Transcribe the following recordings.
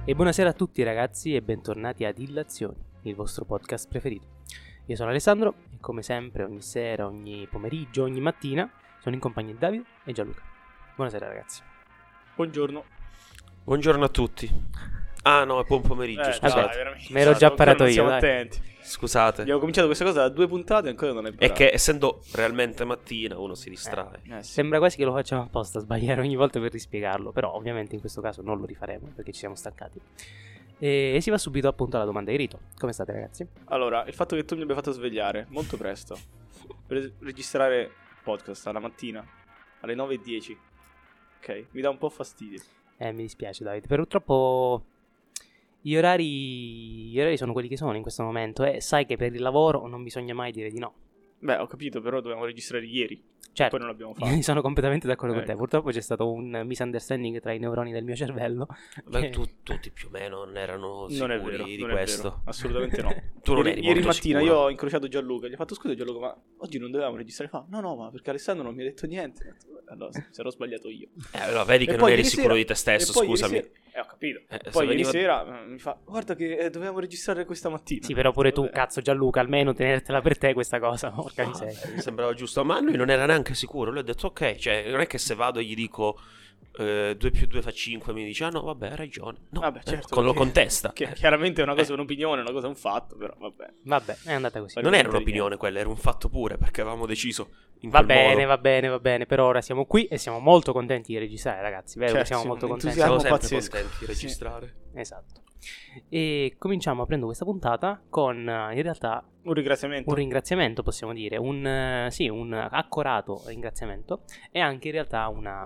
E buonasera a tutti ragazzi e bentornati ad Illazioni, il vostro podcast preferito. Io sono Alessandro e come sempre ogni sera, ogni pomeriggio, ogni mattina sono in compagnia di Davide e Gianluca. Buonasera ragazzi. Buongiorno. Buongiorno a tutti. Ah no, è buon pomeriggio, scusate. Me l'ho già parato io, siamo dai. attenti. Scusate. Abbiamo cominciato questa cosa da 2 puntate e ancora non è È parato. che essendo realmente mattina uno si distrae. Sì. Sembra quasi che lo facciamo apposta a sbagliare ogni volta per rispiegarlo, però ovviamente in questo caso non lo rifaremo perché ci siamo stancati. E si va subito appunto alla domanda di rito. Come state ragazzi? Allora, il fatto che tu mi abbia fatto svegliare molto presto per registrare podcast alla mattina alle 9:10, ok, mi dà un po' fastidio. Mi dispiace Davide, purtroppo gli orari sono quelli che sono in questo momento e sai che per il lavoro non bisogna mai dire di no. Beh, ho capito, però dovevamo registrare ieri. Certo, Poi non l'abbiamo fatto. io sono completamente d'accordo con te. Ecco. Purtroppo c'è stato un misunderstanding tra i neuroni del mio cervello. Beh, che- tutti più o meno non erano Non è sicuri vero, di non è questo. vero, assolutamente no. Tu non Ieri eri molto mattina sicuro. io ho incrociato Gianluca, gli ho fatto scusa Gianluca, ma oggi non dovevamo registrare? Fa, no, ma perché Alessandro non mi ha detto niente. Ho detto, allora, se ero sbagliato io. Allora vedi che E non poi eri ieri sicuro sera- di te stesso, e poi ieri scusami. sera- ho capito. Se Poi ieri veniva- sera mi fa, guarda che dovevamo registrare questa mattina. Sì, però pure tu, Vabbè. cazzo Gianluca, almeno tenertela per te questa cosa. Porca miseria. Mi sembrava giusto, ma lui non era neanche sicuro. Lui ha detto ok, cioè non è che se vado e gli dico 2 più 2 fa 5, mi dice ah no vabbè hai ragione. No, Vabbè, certo, lo perché- contesta. Che chiaramente è una cosa, un'opinione, una cosa, un fatto, però vabbè. Vabbè, è andata così. Non era un'opinione quella, era un fatto pure, perché avevamo deciso in Va quel bene, modo. va bene. Per ora siamo qui e siamo molto contenti di registrare, ragazzi. Vero? Certo, Siamo sì, molto un contenti. entusiasmo Siamo sempre pazzesco. contenti di Sì. registrare. Esatto. E cominciamo aprendo questa puntata con in realtà Un ringraziamento. un ringraziamento, possiamo dire, un accorato ringraziamento e anche in realtà una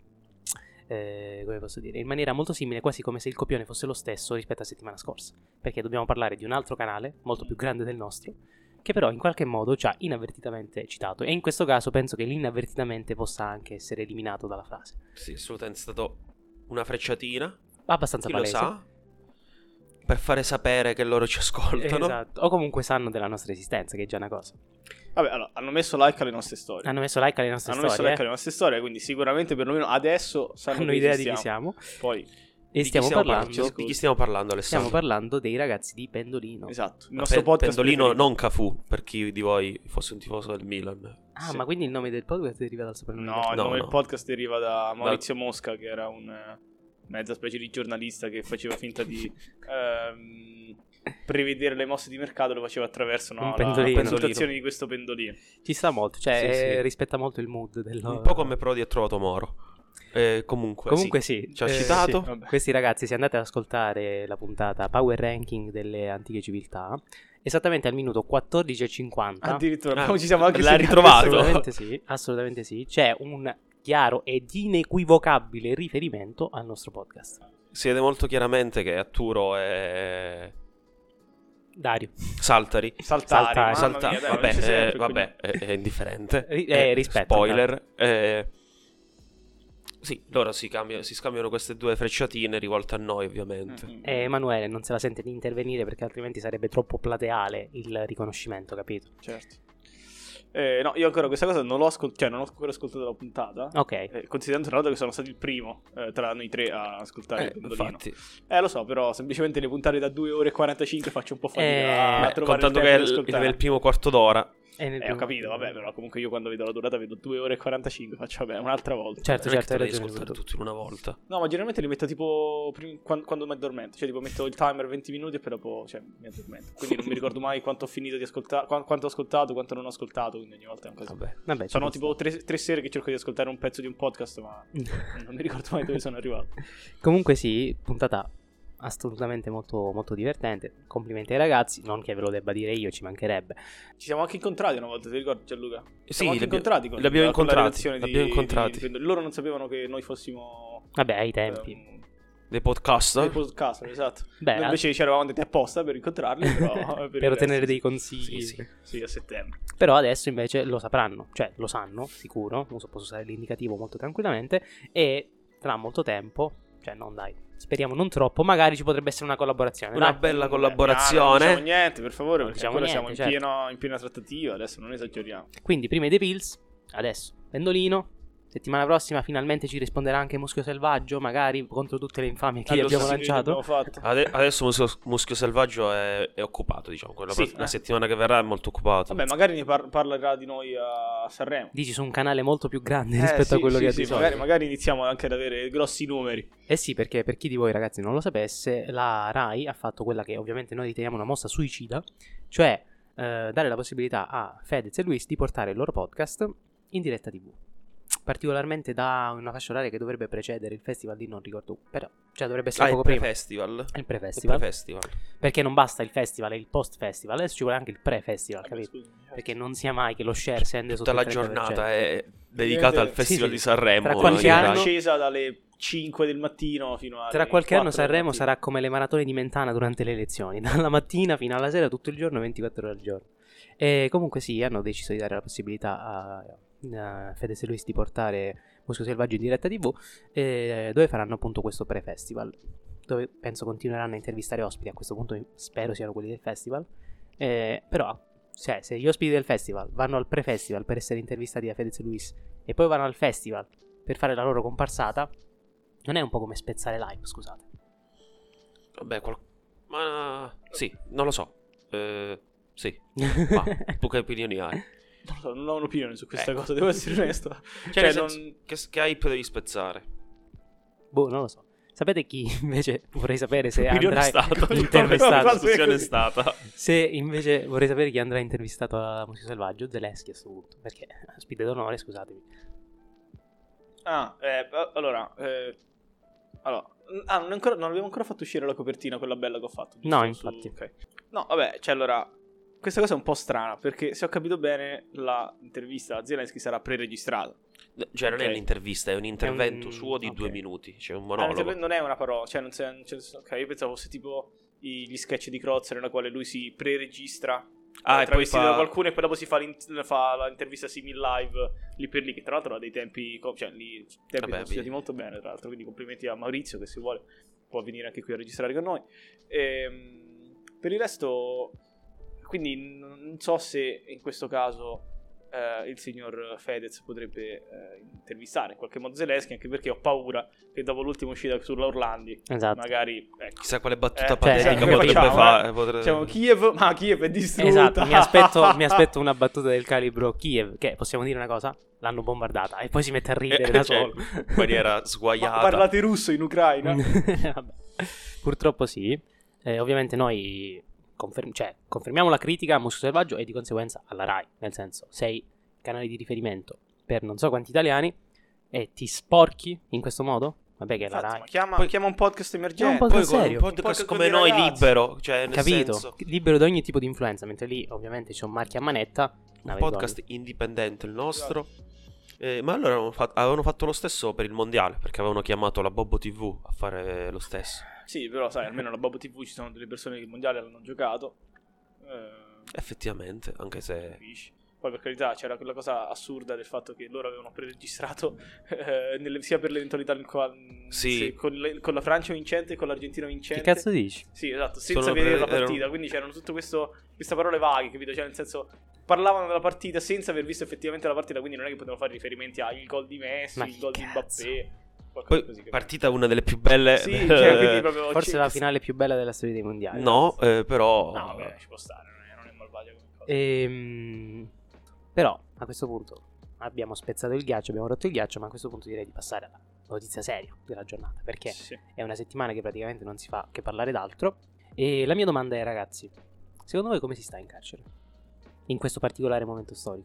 come posso dire, in maniera molto simile, quasi come se il copione fosse lo stesso rispetto a settimana scorsa, perché dobbiamo parlare di un altro canale molto più grande del nostro, che però in qualche modo ci ha inavvertitamente citato, e in questo caso penso che l'inavvertitamente possa anche essere eliminato dalla frase. Sì, assolutamente è stato una frecciatina, Abbastanza chi lo palese. sa, per fare sapere che loro ci ascoltano. Esatto, o comunque sanno della nostra esistenza, che è già una cosa. Vabbè, allora, hanno messo like alle nostre storie. Hanno messo like alle nostre Hanno messo storie, like alle nostre storie, quindi sicuramente perlomeno adesso sanno hanno che idea di chi esistiamo. siamo. Poi, E Di chi stiamo parlando di chi stiamo parlando, Stiamo Alessandro? parlando dei ragazzi di Pendolino. esatto, il Ma nostro podcast Pendolino, preferito. non Cafù, per chi di voi fosse un tifoso del Milan. Ah, Sì. ma quindi il nome del podcast deriva dal soprannome? No, il No, nome no. del podcast deriva da Maurizio Mosca, che era un mezza specie di giornalista che faceva finta di prevedere le mosse di mercato, lo faceva attraverso Un la pendolino. presentazione di questo pendolino. Ci sta molto, cioè Sì, sì. rispetta molto il mood del... Un po' come Prodi ha trovato Moro. Comunque sì, ci ha citato. sì, vabbè. Questi ragazzi, se andate ad ascoltare la puntata Power Ranking delle antiche civiltà, esattamente al minuto 14:50, Addirittura Ah, ci siamo anche l'ha segnati ritrovato. questo. assolutamente sì, c'è un chiaro ed inequivocabile riferimento al nostro podcast. Si vede molto chiaramente che Arturo è Dario, Saltari. Saltari, mamma Salta- mia, dai, vabbè, non ci sei, vabbè, è indifferente. rispetto, Spoiler. Sì, loro si scambiano queste 2 frecciatine rivolte a noi, ovviamente. Emanuele non se la sente di intervenire perché altrimenti sarebbe troppo plateale il riconoscimento, capito? Certo. No, io ancora questa cosa non l'ho cioè non ho ancora ascoltato la puntata. Ok. Considerando tra l'altro che sono stato il primo tra noi 3 a ascoltare il pendolino. Infatti, Lo so, però semplicemente le puntate da 2 ore e 45 faccio un po' fatica a beh, trovare contando il che tempo di è ascoltare. nel primo quarto d'ora. Ho capito, vabbè, però comunque io quando vedo la durata vedo 2 ore e 45, faccio vabbè, un'altra volta. Certo, Non è che certo, hai te devi ragione. ascoltare tutti in una volta. No, ma generalmente li metto tipo quando mi addormento, cioè tipo metto il timer 20 minuti e poi dopo, cioè, mi addormento. Quindi non mi ricordo mai quanto ho finito di ascoltare, quanto ho ascoltato, quanto non ho ascoltato, quindi ogni volta è un caso. Vabbè, Sono ci tipo 3 sere che cerco di ascoltare un pezzo di un podcast, ma non mi ricordo mai dove sono arrivato. Comunque sì, puntata assolutamente molto, molto divertente. Complimenti ai ragazzi, non che ve lo debba dire io, ci mancherebbe. Ci siamo anche incontrati una volta, ti ricordi Gianluca? Ci Sì, siamo anche incontrati con l'abbiamo con la incontrati, redazione l'abbiamo incontrati. loro non sapevano che noi fossimo Vabbè, ai tempi. Dei podcast. dei podcast, esatto. Beh, Noi invece ci eravamo andati apposta per incontrarli, però per ottenere resto, dei consigli. sì, a settembre. Però adesso invece lo sapranno, cioè lo sanno, sicuro, non so, posso usare l'indicativo molto tranquillamente, e tra molto tempo, cioè non dai, speriamo non troppo, magari ci potrebbe essere una collaborazione. Una dai. bella No, collaborazione. non diciamo niente, per favore, Non perché diciamo ancora niente, siamo certo. in piena trattativa, adesso non esageriamo. Quindi prima dei Pills, adesso Pendolino, Settimana prossima finalmente ci risponderà anche Muschio Selvaggio, magari contro tutte le infamie che gli abbiamo lanciato. Adesso Muschio Selvaggio è occupato, diciamo. La settimana che verrà è molto occupato. Vabbè, magari ne parlerà di noi a Sanremo. Dici su un canale molto più grande rispetto a quello che ha di solito. Magari iniziamo anche ad avere grossi numeri. Eh sì, perché per chi di voi ragazzi non lo sapesse, la Rai ha fatto quella che ovviamente noi riteniamo una mossa suicida, cioè dare la possibilità a Fedez e Luis di portare il loro podcast in diretta TV. Particolarmente da una fascia oraria che dovrebbe precedere il festival di non ricordo, però cioè dovrebbe essere poco prima. Il pre-festival. Perché non basta il festival e il post-festival, adesso ci vuole anche il pre-festival, capito? Perché non sia mai che lo share scende sotto tutta il 30%. La giornata è dedicata al festival di Sanremo. Tra qualche anno accesa dalle 5 del mattino fino alle Tra qualche anno Sanremo mattino. sarà come le maratone di Mentana durante le elezioni, dalla mattina fino alla sera tutto il giorno, 24 ore al giorno. E comunque sì, hanno deciso di dare la possibilità a Fedez e Luis di portare Muschio Selvaggio in diretta TV, dove faranno appunto questo pre-festival, dove penso continueranno a intervistare ospiti. A questo punto spero siano quelli del festival, però se gli ospiti del festival vanno al pre-festival per essere intervistati da Fedez e Luis e poi vanno al festival per fare la loro comparsata, non è un po' come spezzare live, scusate? Vabbè, ma sì, non lo so. Sì, ma tu che opinioni hai? Non lo so, non ho un'opinione su questa cosa, devo essere onesto. Cioè che hype devi spezzare? Boh, non lo so. Sapete chi invece vorrei sapere se Opinione andrà intervistato? La discussione è stata. Se invece vorrei sapere chi andrà intervistato a Muschio Selvaggio, Zelensky a questo punto, perché ospite d'onore, scusatemi. Allora, non abbiamo ancora fatto uscire la copertina, quella bella che ho fatto. No, infatti. Okay. No, vabbè, cioè allora, questa cosa è un po' strana, perché se ho capito bene, l'intervista a Zelensky sarà pre-registrata. Cioè non è un'intervista, è un intervento suo di 2 minuti, cioè un monologo. Non è una parola, cioè non c'è, ok, io pensavo fosse tipo gli sketch di Crozza nella quale lui si pre-registra Ah, e poi da qualcuno e poi dopo si fa l'intervista simil live lì per lì, che tra l'altro ha dei tempi, cioè lì tempi sono studiati molto bene, tra l'altro, quindi complimenti a Maurizio, che se vuole può venire anche qui a registrare con noi. Per il resto, quindi non so se in questo caso il signor Fedez potrebbe intervistare in qualche modo Zelensky, anche perché ho paura che dopo l'ultima uscita sulla Orlandi, esatto, magari chissà quale battuta patetica potrebbe fare. Diciamo Kiev è distrutta. Esatto, mi aspetto una battuta del calibro Kiev, che possiamo dire una cosa? L'hanno bombardata, e poi si mette a ridere da solo in maniera sguaiata. Ma parlate russo in Ucraina? Vabbè. Purtroppo sì. Ovviamente noi confermiamo la critica a Muschio Selvaggio e di conseguenza alla Rai, nel senso, sei canale di riferimento per non so quanti italiani e ti sporchi in questo modo? Vabbè che è la Rai. Chiama un podcast emergente. Un podcast come noi, ragazzi, libero, cioè nel capito? Senso... libero da ogni tipo di influenza, mentre lì ovviamente c'è un marchio a manetta. Un podcast indipendente il nostro. Ma allora avevano fatto lo stesso per il mondiale, perché avevano chiamato la Bobo TV a fare lo stesso. Sì, però sai, almeno la Bobo TV ci sono delle persone che il mondiale l'hanno giocato. Effettivamente, anche se... Capisci? Poi per carità c'era quella cosa assurda del fatto che loro avevano preregistrato sia per l'eventualità con la Francia vincente e con l'Argentina vincente. Che cazzo dici? Sì, esatto, senza vedere la partita. Quindi c'erano tutte queste parole vaghe, capito? Cioè nel senso, parlavano della partita senza aver visto effettivamente la partita, quindi non è che potevano fare riferimenti al gol di Messi, il gol di Mbappé. Poi così, partita una delle più belle. Sì, cioè, quindi proprio forse la finale più bella della storia dei mondiali. No, però... No, vabbè, ci può stare, non è malvagia come cosa. Però a questo punto abbiamo spezzato il ghiaccio, abbiamo rotto il ghiaccio, ma a questo punto direi di passare alla notizia seria della giornata, perché è una settimana che praticamente non si fa che parlare d'altro. E la mia domanda è, ragazzi, secondo voi come si sta in carcere in questo particolare momento storico?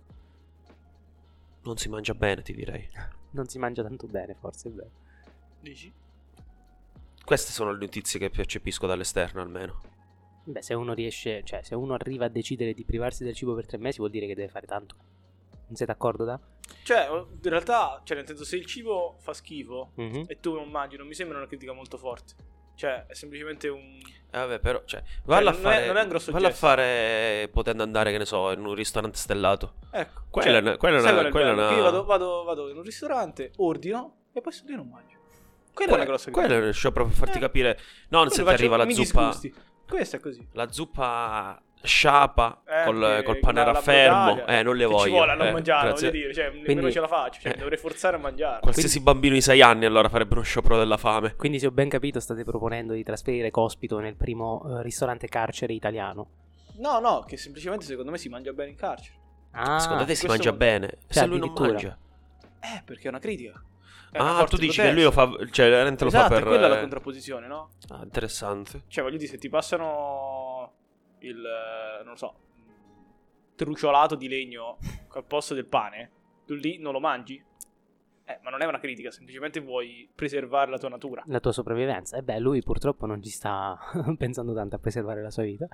Non si mangia bene, ti direi. Non si mangia tanto bene, forse è vero. Dici? Queste sono le notizie che percepisco dall'esterno, almeno. Beh, se uno riesce, cioè se uno arriva a decidere di privarsi del cibo per 3 mesi vuol dire che deve fare tanto. Non sei d'accordo, da? Cioè, in realtà, cioè nel senso, se il cibo fa schifo e tu non mangi, non mi sembra una critica molto forte. Cioè, è semplicemente un... vabbè, però, cioè, non è un grosso valla a gesto. fare potendo andare, che ne so, in un ristorante stellato. Ecco, quella è una... Io vado in un ristorante, ordino e poi io non mangio. Quella è una grossa critica. Quella riesce proprio a farti capire. Non se ti arriva la zuppa. Disgusti. Questo è così. La zuppa sciapa col pane raffermo, non le voglio. Ci vuole a non mangiare, grazie. voglio dire, cioè, nemmeno ce la faccio, cioè, dovrei forzare a mangiare. Qualsiasi bambino di 6 anni allora farebbe uno sciopero della fame. Quindi, se ho ben capito, state proponendo di trasferire Cospito nel primo ristorante carcere italiano. No, che semplicemente secondo me si mangia bene in carcere. Secondo te si mangia bene? Se lui non mangia? Perché è una critica. Tu dici che lui lo fa, cioè veramente lo fa per... quella è la contrapposizione, no? Interessante. Cioè, voglio dire, se ti passano non lo so, truciolato di legno al posto del pane, tu lì non lo mangi? Ma non è una critica, semplicemente vuoi preservare la tua natura, la tua sopravvivenza. Lui purtroppo non ci sta pensando tanto a preservare la sua vita.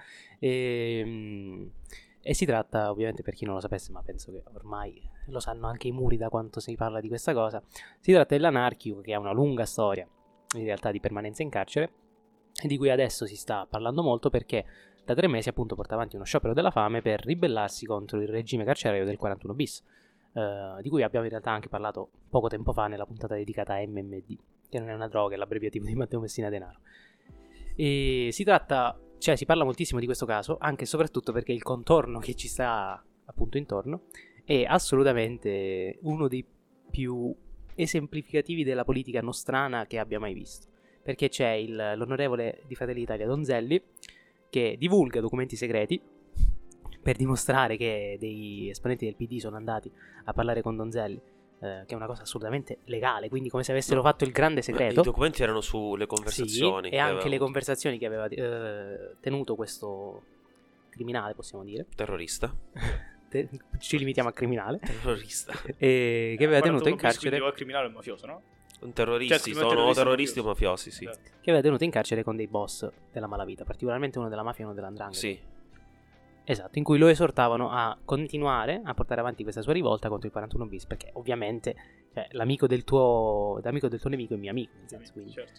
E si tratta, ovviamente, per chi non lo sapesse, ma penso che ormai lo sanno anche i muri da quanto si parla di questa cosa, si tratta dell'anarchico, che ha una lunga storia in realtà di permanenza in carcere, di cui adesso si sta parlando molto perché da 3 mesi appunto porta avanti uno sciopero della fame per ribellarsi contro il regime carcerario del 41 bis, di cui abbiamo in realtà anche parlato poco tempo fa nella puntata dedicata a MMD, che non è una droga, è l'abbreviativo di Matteo Messina Denaro. E si parla moltissimo di questo caso, anche e soprattutto perché il contorno che ci sta appunto intorno è assolutamente uno dei più esemplificativi della politica nostrana che abbia mai visto, perché c'è l'onorevole di Fratelli d'Italia Donzelli che divulga documenti segreti per dimostrare che dei esponenti del PD sono andati a parlare con Donzelli, che è una cosa assolutamente legale, quindi come se avessero fatto il grande segreto. I documenti erano sulle conversazioni. Sì, e anche le conversazioni che aveva tenuto questo criminale, possiamo dire. Terrorista. Ci limitiamo a criminale. Terrorista. Che aveva tenuto in carcere. Il criminale è un mafioso, no? Terroristi, sono terroristi o mafiosi, sì. Esatto. Che aveva tenuto in carcere con dei boss della malavita, particolarmente uno della mafia e uno dell'andrangheta. Sì. Esatto, in cui lo esortavano a continuare a portare avanti questa sua rivolta contro il 41 bis, perché ovviamente l'amico del tuo nemico è mio amico, nel senso, quindi. Certo.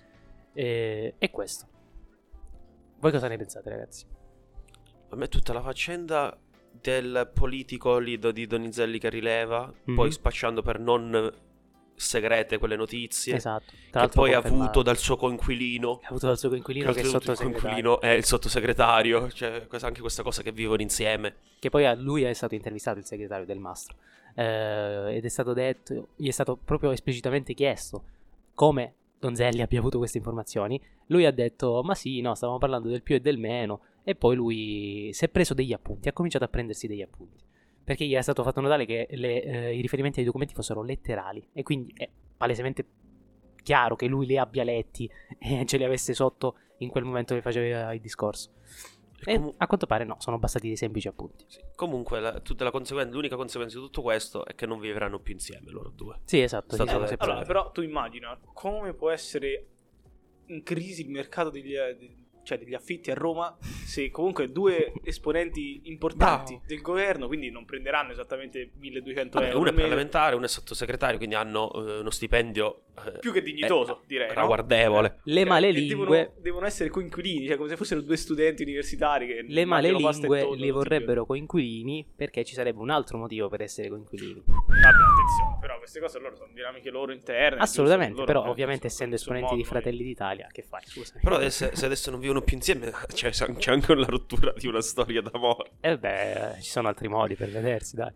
E questo. Voi cosa ne pensate, ragazzi? A me tutta la faccenda del politico lì di Donizelli che rileva, poi spacciando per non segrete quelle notizie, esatto. Che poi ha avuto dal suo coinquilino, che è sottosegretario. È il sottosegretario, cioè anche questa cosa che vivono insieme, che poi a lui è stato intervistato il segretario del Mastro, ed è stato detto, gli è stato proprio esplicitamente chiesto come Donzelli abbia avuto queste informazioni. Lui ha detto ma sì, no, stavamo parlando del più e del meno, e poi lui si è preso degli appunti, ha cominciato a prendersi degli appunti, perché gli è stato fatto notare che i riferimenti ai documenti fossero letterali, e quindi è palesemente chiaro che lui li abbia letti e ce li avesse sotto in quel momento che faceva il discorso. E a quanto pare no, sono bastati dei semplici appunti. Sì. Comunque l'unica conseguenza di tutto questo è che non vivranno più insieme loro due. Sì, esatto. Allora, però tu immagina come può essere in crisi il mercato degli affitti a Roma, se comunque 2 esponenti importanti del governo, quindi non prenderanno esattamente 1.200 euro. Uno è parlamentare, uno è sottosegretario, quindi hanno uno stipendio più che dignitoso, direi, ragguardevole. Le male lingue devono essere coinquilini, cioè come se fossero 2 studenti universitari che le male lingue li vorrebbero coinquilini, perché ci sarebbe un altro motivo per essere coinquilini. Vabbè, attenzione, però queste cose loro sono dinamiche loro interne. Assolutamente, loro però ovviamente essendo esponenti di Fratelli d'Italia, che fai? Scusami. Però se adesso non vivono più insieme, c'è anche la rottura di una storia d'amore. Ci sono altri modi per vedersi, dai.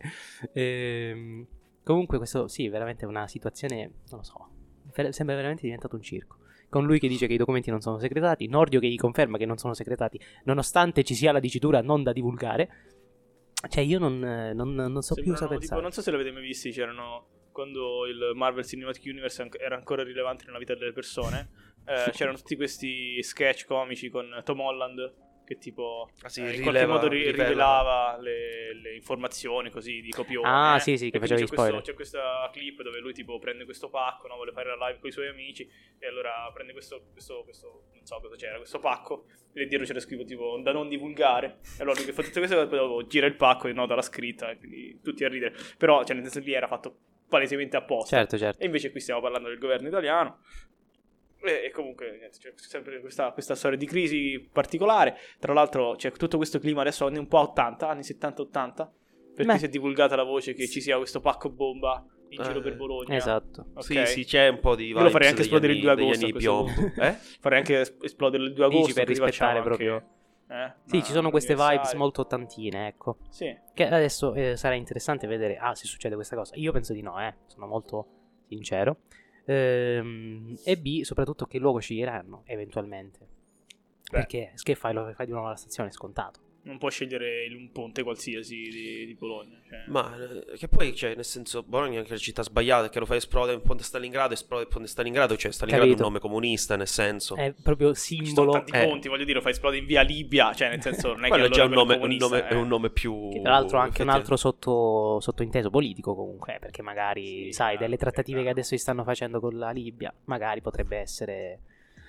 Comunque questo sì, veramente è una situazione, non lo so, sembra veramente diventato un circo. Con lui che dice che i documenti non sono segretati, Nordio che gli conferma che non sono segretati, nonostante ci sia la dicitura non da divulgare. Cioè io non so più cosa pensare. Non so se l'avete mai visti, c'erano quando il Marvel Cinematic Universe era ancora rilevante nella vita delle persone. C'erano tutti questi sketch comici con Tom Holland che tipo in qualche modo rivelava le informazioni così di copione. Sì, che faceva gli spoiler. C'è questa clip dove lui tipo prende questo pacco, no? Vuole fare la live con i suoi amici, e allora prende questo non so cosa c'era, questo pacco, e dietro c'era scritto tipo da non divulgare, e allora lui che fa tutte queste cose, poi dopo gira il pacco e nota la scritta, e quindi tutti a ridere. Però nel senso lì era fatto palesemente apposta. Certo. E invece qui stiamo parlando del governo italiano. E comunque c'è sempre questa storia di crisi particolare. Tra l'altro c'è tutto questo clima adesso anni un po' 80, anni 70-80, perché si è divulgata la voce che ci sia questo pacco bomba in giro per Bologna. Esatto. Okay. Sì, c'è un po' di io lo farei anche esplodere il 2 agosto. Farei anche esplodere il 2 agosto per rispettare proprio Sì, ci sono queste vibes molto ottantine, ecco. Sì. Che adesso sarà interessante vedere se succede questa cosa. Io penso di no, sono molto sincero. E B, soprattutto che luogo sceglieranno eventualmente. Perché che fai di nuovo alla stazione, è scontato. Non puoi scegliere un ponte qualsiasi di Bologna. Cioè. Ma che poi, cioè, nel senso, Bologna è anche la città sbagliata, che lo fai esplodere il ponte Stalingrado, esplode il ponte Stalingrado, cioè Stalingrado Capito. è un nome comunista, nel senso. È proprio Ci sono simbolo. tanti ponti, voglio dire, lo fai esplodere in via Libia, cioè nel senso non è quello che è già allora comunista, è un nome più... Che tra l'altro ha anche un altro sottointeso politico comunque, perché magari, Sì, sai, delle trattative no. che adesso si stanno facendo con la Libia, magari potrebbe essere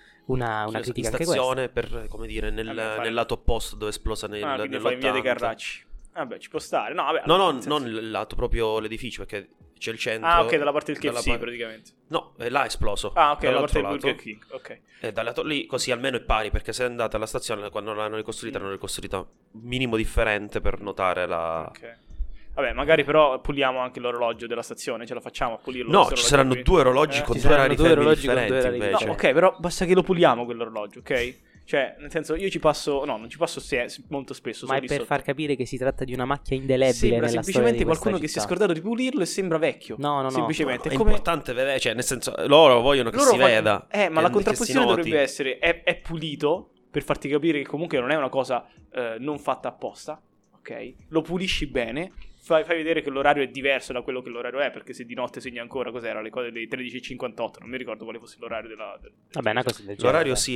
una critica anche questa. stazione per, come dire, nel lato opposto dove è esplosa quindi fai in via dei nell'80. Carracci. Vabbè, ci può stare. No, vabbè, No, nel senso- non il lato, proprio l'edificio, perché c'è il centro. Ah, ok, dalla parte del KFC dalla praticamente. No, là è esploso. Ah, ok, dalla parte dall'altro del lato. Burger King, ok. E dal lato lì, così almeno è pari, perché se andate alla stazione, quando l'hanno ricostruita minimo differente per notare la... Ok. Vabbè, magari però puliamo anche l'orologio della stazione, ce la facciamo a pulirlo? No, questo ci orologio saranno qui? 2 orologi con ci 2 saranno orari due fermi orologi con due differenti orari invece. No, ok, però basta che lo puliamo quell'orologio, ok? Cioè, nel senso, io ci passo... No, non ci passo molto spesso. Ma solo è lì per sotto. far capire che si tratta di una macchia indelebile Sembra nella semplicemente storia di questa qualcuno che si è città. scordato di pulirlo e sembra vecchio. No. Semplicemente. È come... importante vedere, cioè nel senso loro vogliono che Loro si veda. ma la che contrapposizione si noti. dovrebbe essere è pulito per farti capire che comunque non è una cosa non fatta apposta, ok? Lo pulisci bene, fai vedere che l'orario è diverso da quello che l'orario è, perché se di notte segna ancora cos'era, le cose dei 13:58, non mi ricordo quale fosse l'orario Vabbè, una cosa del genere. L'orario sì,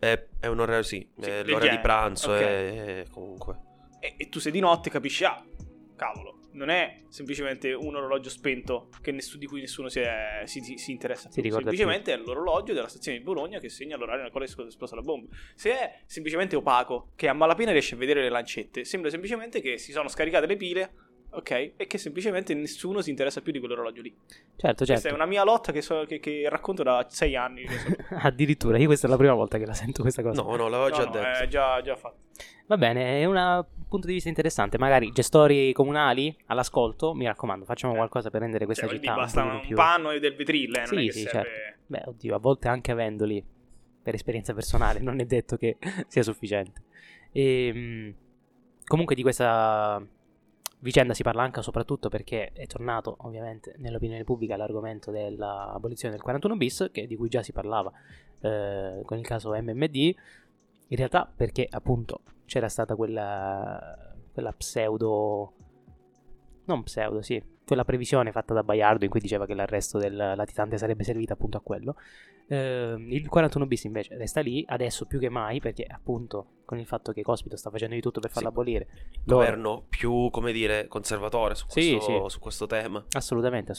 è un orario sì, è del l'ora genere. di pranzo, Ok. è comunque. E tu se di notte capisci, cavolo, non è semplicemente un orologio spento di cui nessuno si interessa Si più. ricorda Semplicemente è l'orologio della stazione di Bologna che segna l'orario nel quale è esplosa la bomba. Se è semplicemente opaco, che a malapena riesce a vedere le lancette, sembra semplicemente che si sono scaricate le pile, ok? E che semplicemente nessuno si interessa più di quell'orologio lì. Certo. Questa è una mia lotta che racconto da 6 anni. Addirittura, io questa è la prima volta che la sento questa cosa. No, l'avevo già detto. È già fatto. Va bene, è un punto di vista interessante. Magari gestori comunali all'ascolto, mi raccomando, facciamo qualcosa per rendere questa Cioè, città basta un po' un più... panno e del vetril, non Sì, è che sì, serve... certo. Beh, oddio, a volte anche avendoli, per esperienza personale, non è detto che sia sufficiente. Comunque di questa vicenda si parla anche soprattutto perché è tornato ovviamente nell'opinione pubblica l'argomento dell'abolizione del 41 bis, di cui già si parlava con il caso MMD, in realtà perché appunto c'era stata quella quella previsione fatta da Baiardo in cui diceva che l'arresto del latitante sarebbe servito appunto a quello. Il 41 bis invece resta lì adesso più che mai, perché appunto con il fatto che Cospito sta facendo di tutto per farlo abolire, Governo più, come dire, conservatore su questo tema. Assolutamente.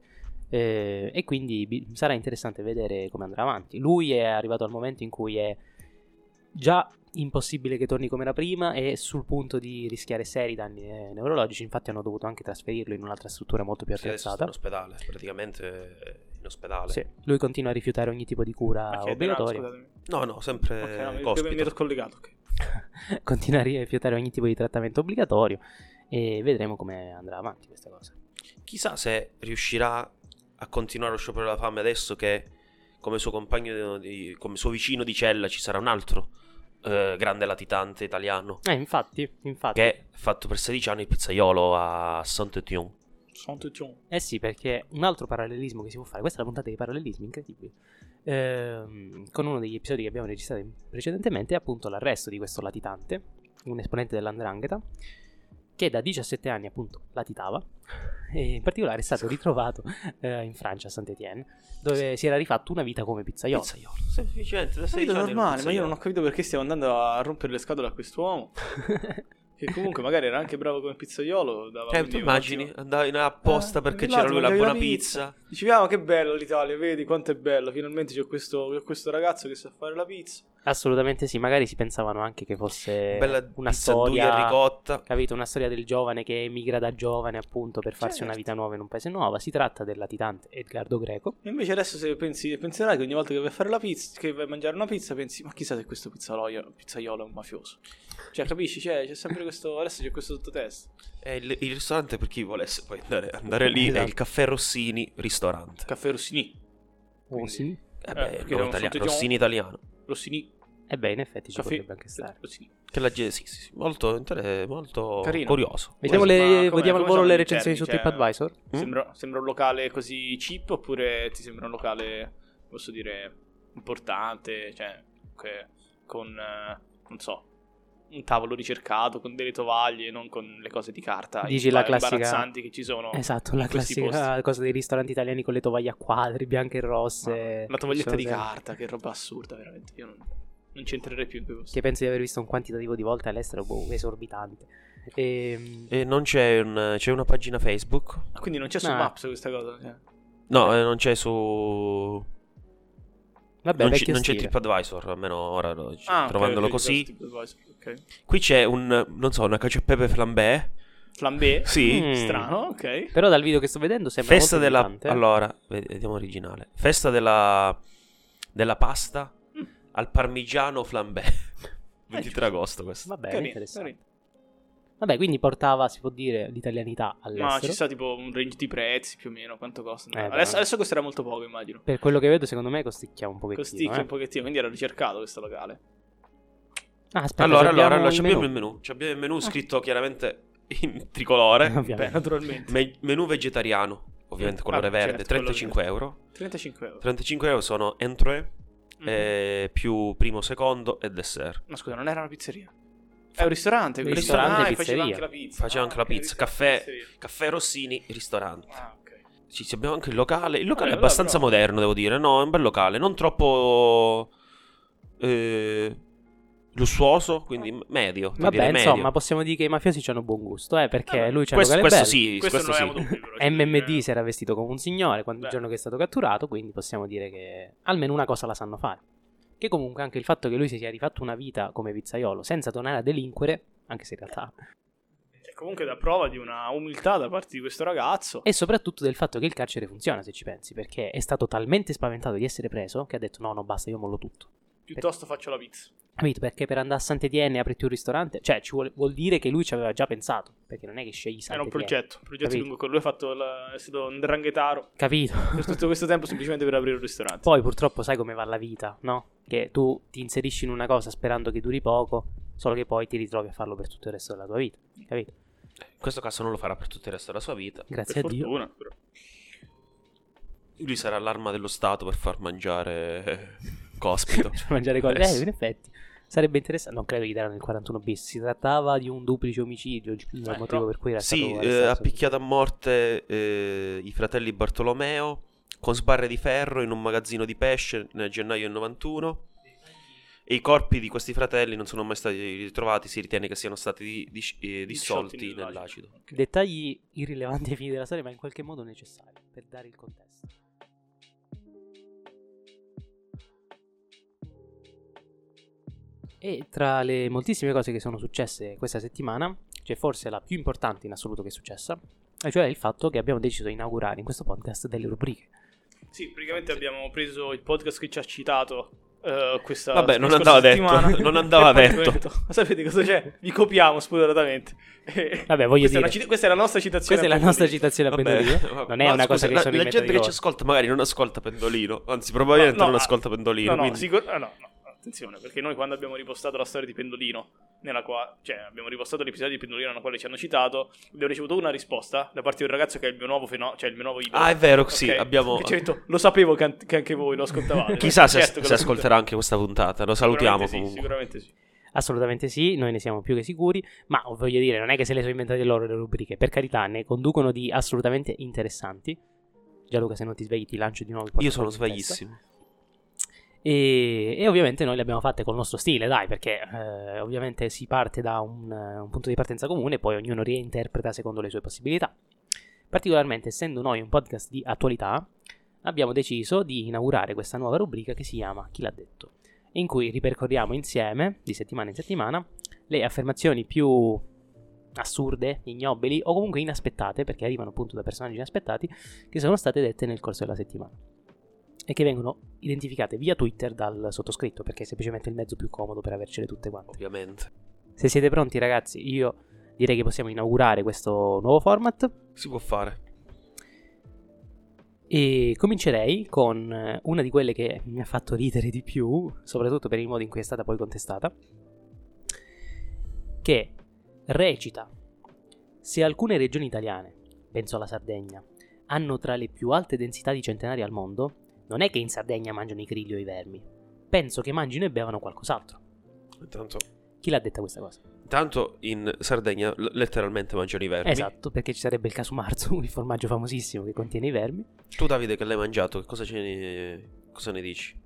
E quindi sarà interessante vedere come andrà avanti. Lui è arrivato al momento in cui è già impossibile che torni come era prima e sul punto di rischiare seri danni neurologici. Infatti hanno dovuto anche trasferirlo in un'altra struttura molto più attrezzata. In ospedale, praticamente in ospedale. Sì. Lui continua a rifiutare ogni tipo di cura obbligatoria. No, sempre mi ero collegato. Okay. Continua a rifiutare ogni tipo di trattamento obbligatorio e vedremo come andrà avanti questa cosa. Chissà se riuscirà a continuare lo sciopero della fame adesso che come suo compagno, come suo vicino di cella ci sarà un altro grande latitante italiano. Infatti. Che ha fatto per 16 anni il pizzaiolo a Saint-Étienne. Eh sì, perché un altro parallelismo che si può fare, questa è la puntata dei parallelismi incredibili, con uno degli episodi che abbiamo registrato precedentemente, è appunto l'arresto di questo latitante, un esponente dell''ndrangheta, che da 17 anni appunto latitava, e in particolare è stato ritrovato in Francia, a Saint-Étienne, dove si era rifatto una vita come pizzaiolo. Semplicemente da 16 È anni normale, ma io non ho capito perché stiamo andando a rompere le scatole a quest'uomo. Che comunque magari era anche bravo come pizzaiolo. Tu immagini, andavi apposta perché c'era lui la buona pizza. Dicevi, che bello l'Italia, vedi quanto è bello, finalmente c'è questo ragazzo che sa fare la pizza. Assolutamente sì, magari si pensavano anche che fosse bella una pizza storia e ricotta, capito? Una storia del giovane che emigra da giovane appunto per farsi una vita nuova in un paese nuovo. Si tratta del latitante Edgardo Greco. E invece adesso se penserai che ogni volta che vai a fare la pizza, che vai a mangiare una pizza, pensi, ma chissà se questo pizzaiolo è un mafioso. Cioè, capisci? C'è sempre questo, adesso c'è questo sottotesto. E il ristorante per chi volesse poi andare lì è il Caffè Rossini ristorante. Caffè Rossini. Sì. Rossini italiano. Rossini. in effetti ci potrebbe anche stare. Sì. Che sì, molto carino. curioso. Vediamo al volo le recensioni su TripAdvisor. Sembra un locale così cheap, oppure ti sembra un locale, posso dire, importante, cioè con non so, un tavolo ricercato, con delle tovaglie, non con le cose di carta. Dici la classica imbarazzanti che ci sono. Esatto, la classica cosa dei ristoranti italiani con le tovaglie a quadri, bianche e rosse. La tovaglietta di carta, che roba assurda, veramente. Io non ci entrerei più in quei posti. Che penso di aver visto un quantitativo di volte all'estero esorbitante. E non c'è una pagina Facebook. Quindi non c'è su Maps questa cosa? Cioè. No, non c'è su... Vabbè, non c'è TripAdvisor, almeno ora trovandolo così. Okay. Qui c'è una cacio e pepe flambé. Flambé? Sì. Strano, ok. Però dal video che sto vedendo sembra Festa molto della... elegante. Allora, vediamo originale. Festa della pasta al parmigiano flambé. 23 agosto questo. Vabbè, Carino, interessante. carino. Vabbè, quindi portava, si può dire, l'italianità all'estero. Ma ci sta tipo un range di prezzi più o meno, quanto costa? Beh, Adesso costerà molto poco, immagino. Per quello che vedo, secondo me costicchia un pochettino. Costicchia un pochettino, quindi era ricercato questo locale. Ah, aspetta, allora abbiamo il menù. Abbiamo il menù scritto chiaramente in tricolore. Ovviamente. Naturalmente. Menù vegetariano, ovviamente colore verde, certo, 35 euro. 35 euro. 35 euro sono entrée, più primo, secondo e dessert. Ma scusa, non era una pizzeria? È un ristorante. Un ristorante e faceva pizzeria. anche la pizza. Faceva anche la pizza, caffè Rossini, ristorante. Ah, ok. Sì, abbiamo anche il locale. Il locale è Vabbè, abbastanza però... moderno, devo dire. No, è un bel locale, non troppo lussuoso, quindi medio. Vabbè, medio. insomma, possiamo dire che i mafiosi hanno buon gusto, perché lui c'ha un questo locale bello. sì, questo sì. MMD si era vestito come un signore il giorno che è stato catturato, quindi possiamo dire che almeno una cosa la sanno fare. Che comunque anche il fatto che lui si sia rifatto una vita come pizzaiolo senza tornare a delinquere, anche se in realtà... È comunque da prova di una umiltà da parte di questo ragazzo. E soprattutto del fatto che il carcere funziona, se ci pensi, perché è stato talmente spaventato di essere preso che ha detto no, basta, io mollo tutto. Piuttosto faccio la pizza. Capito? Perché per andare a Sant'Etienne e aprire un ristorante, cioè vuol dire che lui ci aveva già pensato, perché non è che scegli Sant'Etienne. Era un progetto lungo con lui, è stato un dranghetaro. Capito? Per tutto questo tempo semplicemente per aprire un ristorante. Poi purtroppo sai come va la vita, no? Che tu ti inserisci in una cosa sperando che duri poco, solo che poi ti ritrovi a farlo per tutto il resto della tua vita, capito? In questo caso non lo farà per tutto il resto della sua vita. Grazie per a Dio. Fortuna, però. Lui sarà l'arma dello Stato per far mangiare cospito. Per mangiare cose. In effetti sarebbe interessante. Non credo gli daranno il 41 bis. Si trattava di un duplice omicidio, il motivo per cui era stato ha picchiato a morte i fratelli Bartolomeo con sbarre di ferro in un magazzino di pesce nel gennaio del 91. E i corpi di questi fratelli non sono mai stati ritrovati. Si ritiene che siano stati dissolti nell'acido. Okay. Dettagli irrilevanti ai fini della storia, ma in qualche modo necessari per dare il contesto. E tra le moltissime cose che sono successe questa settimana c'è forse la più importante in assoluto che è successa, e cioè il fatto che abbiamo deciso di inaugurare in questo podcast delle rubriche. Sì, praticamente abbiamo preso il podcast che ci ha citato questa Vabbè, non andava settimana. detto. Non andava detto. Ma sapete cosa c'è? Vi copiamo spudoratamente. Vabbè, voglio dire, questa è la nostra citazione. Questa è la nostra citazione a Pendolino. Non è una cosa che sono la gente che ci ascolta magari non ascolta Pendolino. Anzi, probabilmente non ascolta Pendolino. No, quindi... no. Attenzione, perché noi quando abbiamo ripostato la storia di Pendolino, abbiamo ripostato l'episodio di Pendolino nella quale ci hanno citato, abbiamo ricevuto una risposta da parte di un ragazzo che è il mio nuovo il mio nuovo idolo. Ah, è vero, okay. Sì, abbiamo... Che ci ha detto, lo sapevo che anche voi lo ascoltavate. Chissà se ascolterà anche questa puntata, lo salutiamo comunque. Sicuramente sì. Assolutamente sì, noi ne siamo più che sicuri, ma voglio dire, non è che se le sono inventate loro le rubriche, per carità, ne conducono di assolutamente interessanti. Gianluca, se non ti svegli ti lancio di nuovo il Io sono sveglissimo. E ovviamente noi le abbiamo fatte col nostro stile, dai, perché ovviamente si parte da un punto di partenza comune e poi ognuno reinterpreta secondo le sue possibilità. Particolarmente essendo noi un podcast di attualità, abbiamo deciso di inaugurare questa nuova rubrica che si chiama Chi l'ha detto, in cui ripercorriamo insieme, di settimana in settimana, le affermazioni più assurde, ignobili o comunque inaspettate, perché arrivano appunto da personaggi inaspettati, che sono state dette nel corso della settimana e che vengono identificate via Twitter dal sottoscritto, perché è semplicemente il mezzo più comodo per avercele tutte quante. Ovviamente. Se siete pronti, ragazzi, io direi che possiamo inaugurare questo nuovo format. Si può fare. E comincerei con una di quelle che mi ha fatto ridere di più, soprattutto per il modo in cui è stata poi contestata, che recita: se alcune regioni italiane, penso alla Sardegna, hanno tra le più alte densità di centenari al mondo, non è che in Sardegna mangiano i grilli o i vermi, penso che mangino e bevano qualcos'altro. Intanto, Chi l'ha detta questa cosa? intanto in Sardegna letteralmente mangiano i vermi. Esatto, perché ci sarebbe il casumarzu, il formaggio famosissimo che contiene i vermi. Tu, Davide, che l'hai mangiato, cosa ne dici?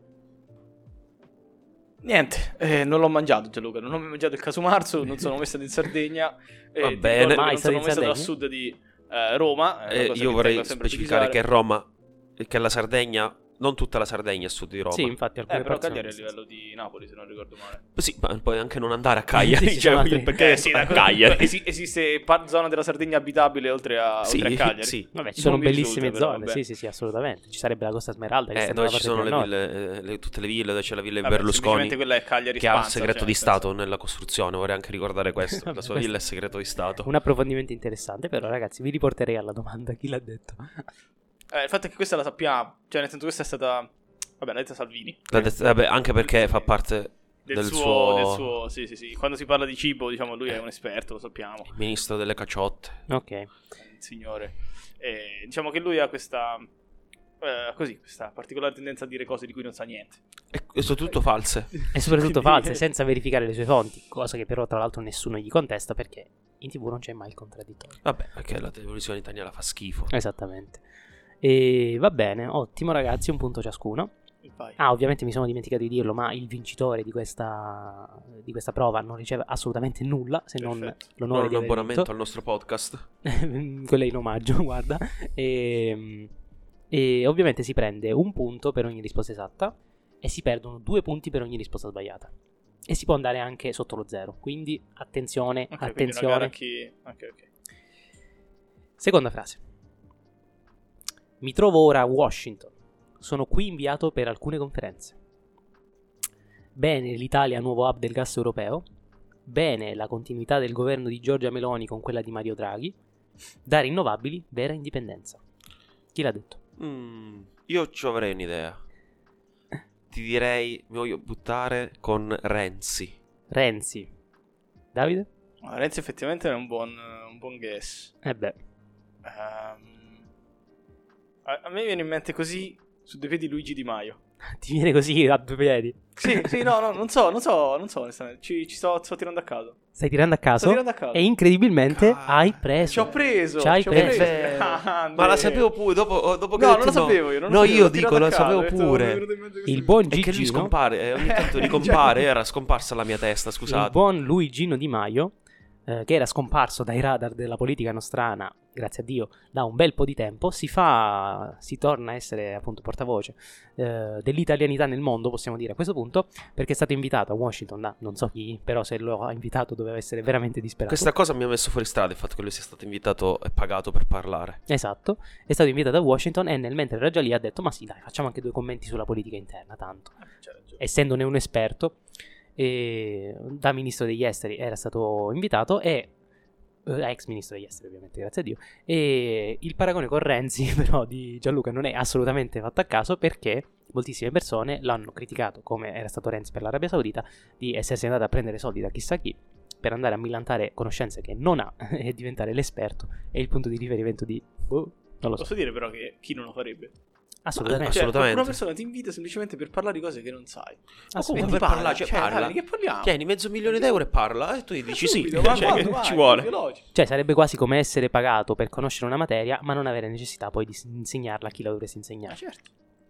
Niente, non l'ho mangiato, Gianluca. Non ho mai mangiato il casumarzu. Non sono mai stato in Sardegna. Va bene. Non sono mai stato a sud di Roma. Io vorrei specificare che Roma, che la Sardegna, non tutta la Sardegna è a sud di Roma. Sì, infatti alcune però parti Cagliari è a sono livello di Napoli, se non ricordo male. Sì, ma puoi anche non andare a Cagliari. Sì, sono altri- perché sì, a Cagliari. Esiste zona della Sardegna abitabile oltre a Cagliari? Sì. Vabbè, ci sono Non bellissime vissute, però, zone, vabbè. sì, assolutamente. Ci sarebbe la Costa Smeralda, che sta Dove nella ci parte sono più le a nord. ville, tutte le ville, dove c'è la villa di Vabbè, Berlusconi, semplicemente quella è Cagliari che ha il Spanza, segreto cioè, di nel Stato nella costruzione. Vorrei anche ricordare questo. La sua Questo- villa è segreto di Stato. Un approfondimento interessante, però ragazzi, vi riporterei alla domanda: chi l'ha detto? Il fatto è che questa la sappiamo, cioè nel senso questa è stata, vabbè, l'ha detta Salvini. Vabbè, anche perché fa parte del suo sì. Quando si parla di cibo, diciamo, lui è un esperto, lo sappiamo, il ministro delle caciotte. Ok. il signore. Diciamo che lui ha questa particolare tendenza a dire cose di cui non sa niente. E sono tutto false. E soprattutto Quindi- false, senza verificare le sue fonti, cosa che però tra l'altro nessuno gli contesta perché in TV non c'è mai il contraddittorio. Vabbè, perché la televisione italiana fa schifo. Esattamente. E va bene, ottimo ragazzi, un punto ciascuno. Vai. Ovviamente mi sono dimenticato di dirlo, ma il vincitore di questa prova non riceve assolutamente nulla se non Perfetto. l'onore Non di un aver abbonamento vinto. al nostro podcast. Quello è in omaggio, guarda. E ovviamente si prende un punto per ogni risposta esatta e si perdono 2 punti per ogni risposta sbagliata. E si può andare anche sotto lo 0. Quindi attenzione, Ok, quindi una attenzione. gara a chi... Ok. Seconda frase. Mi trovo ora a Washington. Sono qui inviato per alcune conferenze. Bene l'Italia nuovo hub del gas europeo. Bene la continuità del governo di Giorgia Meloni con quella di Mario Draghi. Da rinnovabili, vera indipendenza. Chi l'ha detto? Io ci avrei un'idea. Ti direi, mi voglio buttare con Renzi. Renzi. Davide? Renzi effettivamente è un buon guess. Beh. A me viene in mente così su due piedi Luigi Di Maio. Ti viene così a 2 piedi? Sì, no, non so onestamente. Ci sto tirando a caso. Stai tirando a caso? Sto tirando a caso. E incredibilmente hai preso. Ci ho preso. Ci hai ci ho preso. Grande. Ma la sapevo pure, dopo che No, ho non detto lo sapevo io. Non lo No, sapevo, io l'ho dico, tirato lo a caso, sapevo ho detto, mi è pure. venuto in mente così. Il buon È che lui Gigino. scompare, ogni tanto ricompare, era scomparsa la mia testa, Il scusate. buon Luigino Di Maio, che era scomparso dai radar della politica nostrana, grazie a Dio, da un bel po' di tempo, si torna a essere appunto portavoce dell'italianità nel mondo, possiamo dire a questo punto, perché è stato invitato a Washington da non so chi, però se lo ha invitato doveva essere veramente disperato. Questa cosa mi ha messo fuori strada, il fatto che lui sia stato invitato e pagato per parlare. Esatto, è stato invitato a Washington e mentre era già lì ha detto: ma sì dai, facciamo anche 2 commenti sulla politica interna, tanto. C'è ragione. Essendone un esperto, da ministro degli esteri era stato invitato e ex ministro degli esteri ovviamente, grazie a Dio. E il paragone con Renzi però di Gianluca non è assolutamente fatto a caso, perché moltissime persone l'hanno criticato, come era stato Renzi per l'Arabia Saudita, di essersi andato a prendere soldi da chissà chi per andare a millantare conoscenze che non ha e diventare l'esperto e il punto di riferimento di non lo so. Posso dire però che chi non lo farebbe? Assolutamente. Cioè, Assolutamente. una persona ti invita semplicemente per parlare di cose che non sai. Assolutamente. per parlare, cioè, parla. Dai, che parliamo? Tieni $500,000 e parla, e tu gli dici sì, Subito, cioè, vai, ci vuole. veloce. Cioè sarebbe quasi come essere pagato per conoscere una materia ma non avere necessità poi di insegnarla a chi la dovresti insegnare. Certo.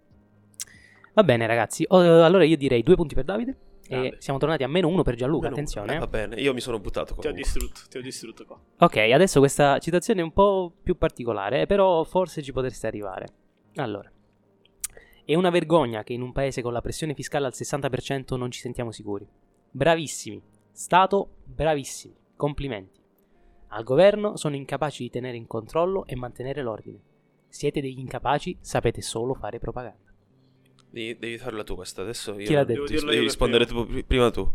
Va bene ragazzi, allora io direi 2 punti per Davide e Grande. siamo tornati a -1 per Gianluca, Meno attenzione. Va bene, io mi sono buttato Ti ho comunque. distrutto qua. Ok, adesso questa citazione è un po' più particolare, però forse ci potreste arrivare. Allora, è una vergogna che in un paese con la pressione fiscale al 60% non ci sentiamo sicuri. Bravissimi, Stato, bravissimi, complimenti. Al governo sono incapaci di tenere in controllo e mantenere l'ordine. Siete degli incapaci, sapete solo fare propaganda. Devi farla tu questa, adesso io Chi l'ha detto? Devo dirlo devi io rispondere prima tu.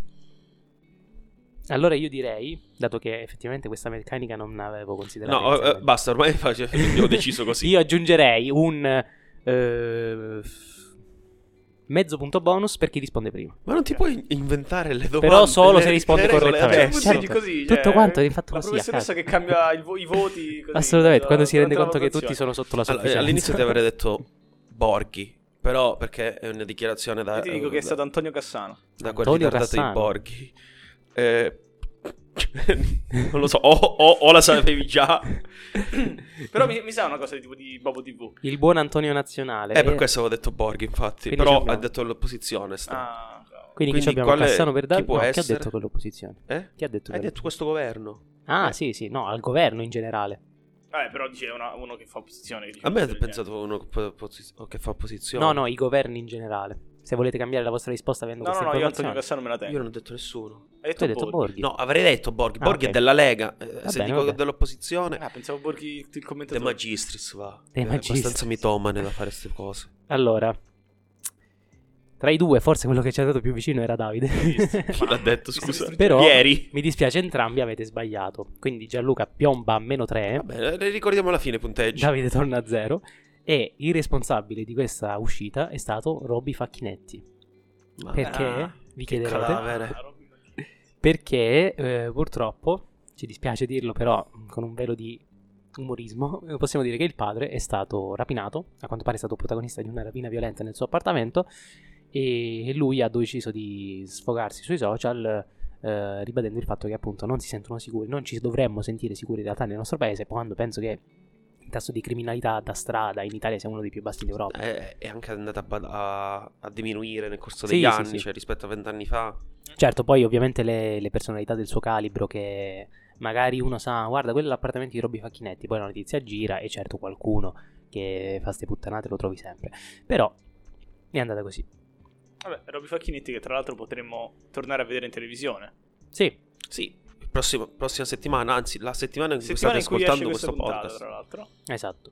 Allora io direi, dato che effettivamente questa meccanica non avevo considerato No, inizialmente, basta, ormai abbiamo deciso così. io aggiungerei un Mezzo punto bonus per chi risponde prima. Ma non ti puoi inventare le domande? Però solo se rispondi correttamente. Certo. Così, tutto quanto è fatto la così. professoressa che cambia i voti. Così, assolutamente, quando si rende durante conto la che tutti sono sotto la Allora, sufficienza. all'inizio ti avrei detto Borghi, però perché è una dichiarazione da... Io ti dico che è stato Antonio Cassano. Da quelli Antonio ritardati di Cassano. Borghi. Non lo so, o la sapevi già. Però mi sa una cosa di tipo di Bobo TV. Il buon Antonio Nazionale. Per questo avevo detto Borghi, infatti. Quindi Però ci ha abbiamo. detto l'opposizione. Quindi chi abbiamo? quale- Cassano per dare. chi può No, chi ha essere? detto quell'opposizione? Chi ha detto Hai quello? detto questo governo. Ah, sì, no, al governo in generale. Però dice uno che fa opposizione. Che A me dice ho pensato uno che fa opposizione. No, i governi in generale. Se volete cambiare la vostra risposta avendo No, questa io Antonio informazione. Cassano me la tengo. Io non ho detto nessuno. Tu hai detto Borghi. No, avrei detto Borghi. Ah, Borghi ok. è della Lega. Se bene, dico vabbè. dell'opposizione, Pensavo Borghi il De commentatore. Magistris va. De È Magistris. abbastanza mitomane da fare queste cose. Allora, tra i due, forse quello che ci è andato più vicino era Davide. Chi l'ha detto, scusa? Però Ieri. mi dispiace, entrambi avete sbagliato. Quindi Gianluca piomba a -3. Vabbè, ne ricordiamo alla fine i punteggi. Davide torna a 0. E il responsabile di questa uscita è stato Robby Facchinetti. Ma- Perché? Vi che chiederete. cadavere. Perché purtroppo, ci dispiace dirlo però con un velo di umorismo, possiamo dire che il padre è stato rapinato, a quanto pare è stato protagonista di una rapina violenta nel suo appartamento e lui ha deciso di sfogarsi sui social ribadendo il fatto che appunto non si sentono sicuri, non ci dovremmo sentire sicuri in realtà nel nostro paese, quando penso che il tasso di criminalità da strada in Italia sia uno dei più bassi d'Europa. È anche andata a diminuire nel corso Sì, degli sì, anni, sì. cioè rispetto a 20 anni fa. Certo, poi ovviamente le personalità del suo calibro che magari uno sa, guarda, quello è l'appartamento di Robby Facchinetti, poi la notizia gira e certo qualcuno che fa ste puttanate lo trovi sempre. Però è andata così. Vabbè, Robby Facchinetti che tra l'altro potremmo tornare a vedere in televisione. Sì, Sì, prossima settimana, anzi la settimana in cui Settimana state in cui esce ascoltando questa questo puntata, podcast. tra l'altro. esatto.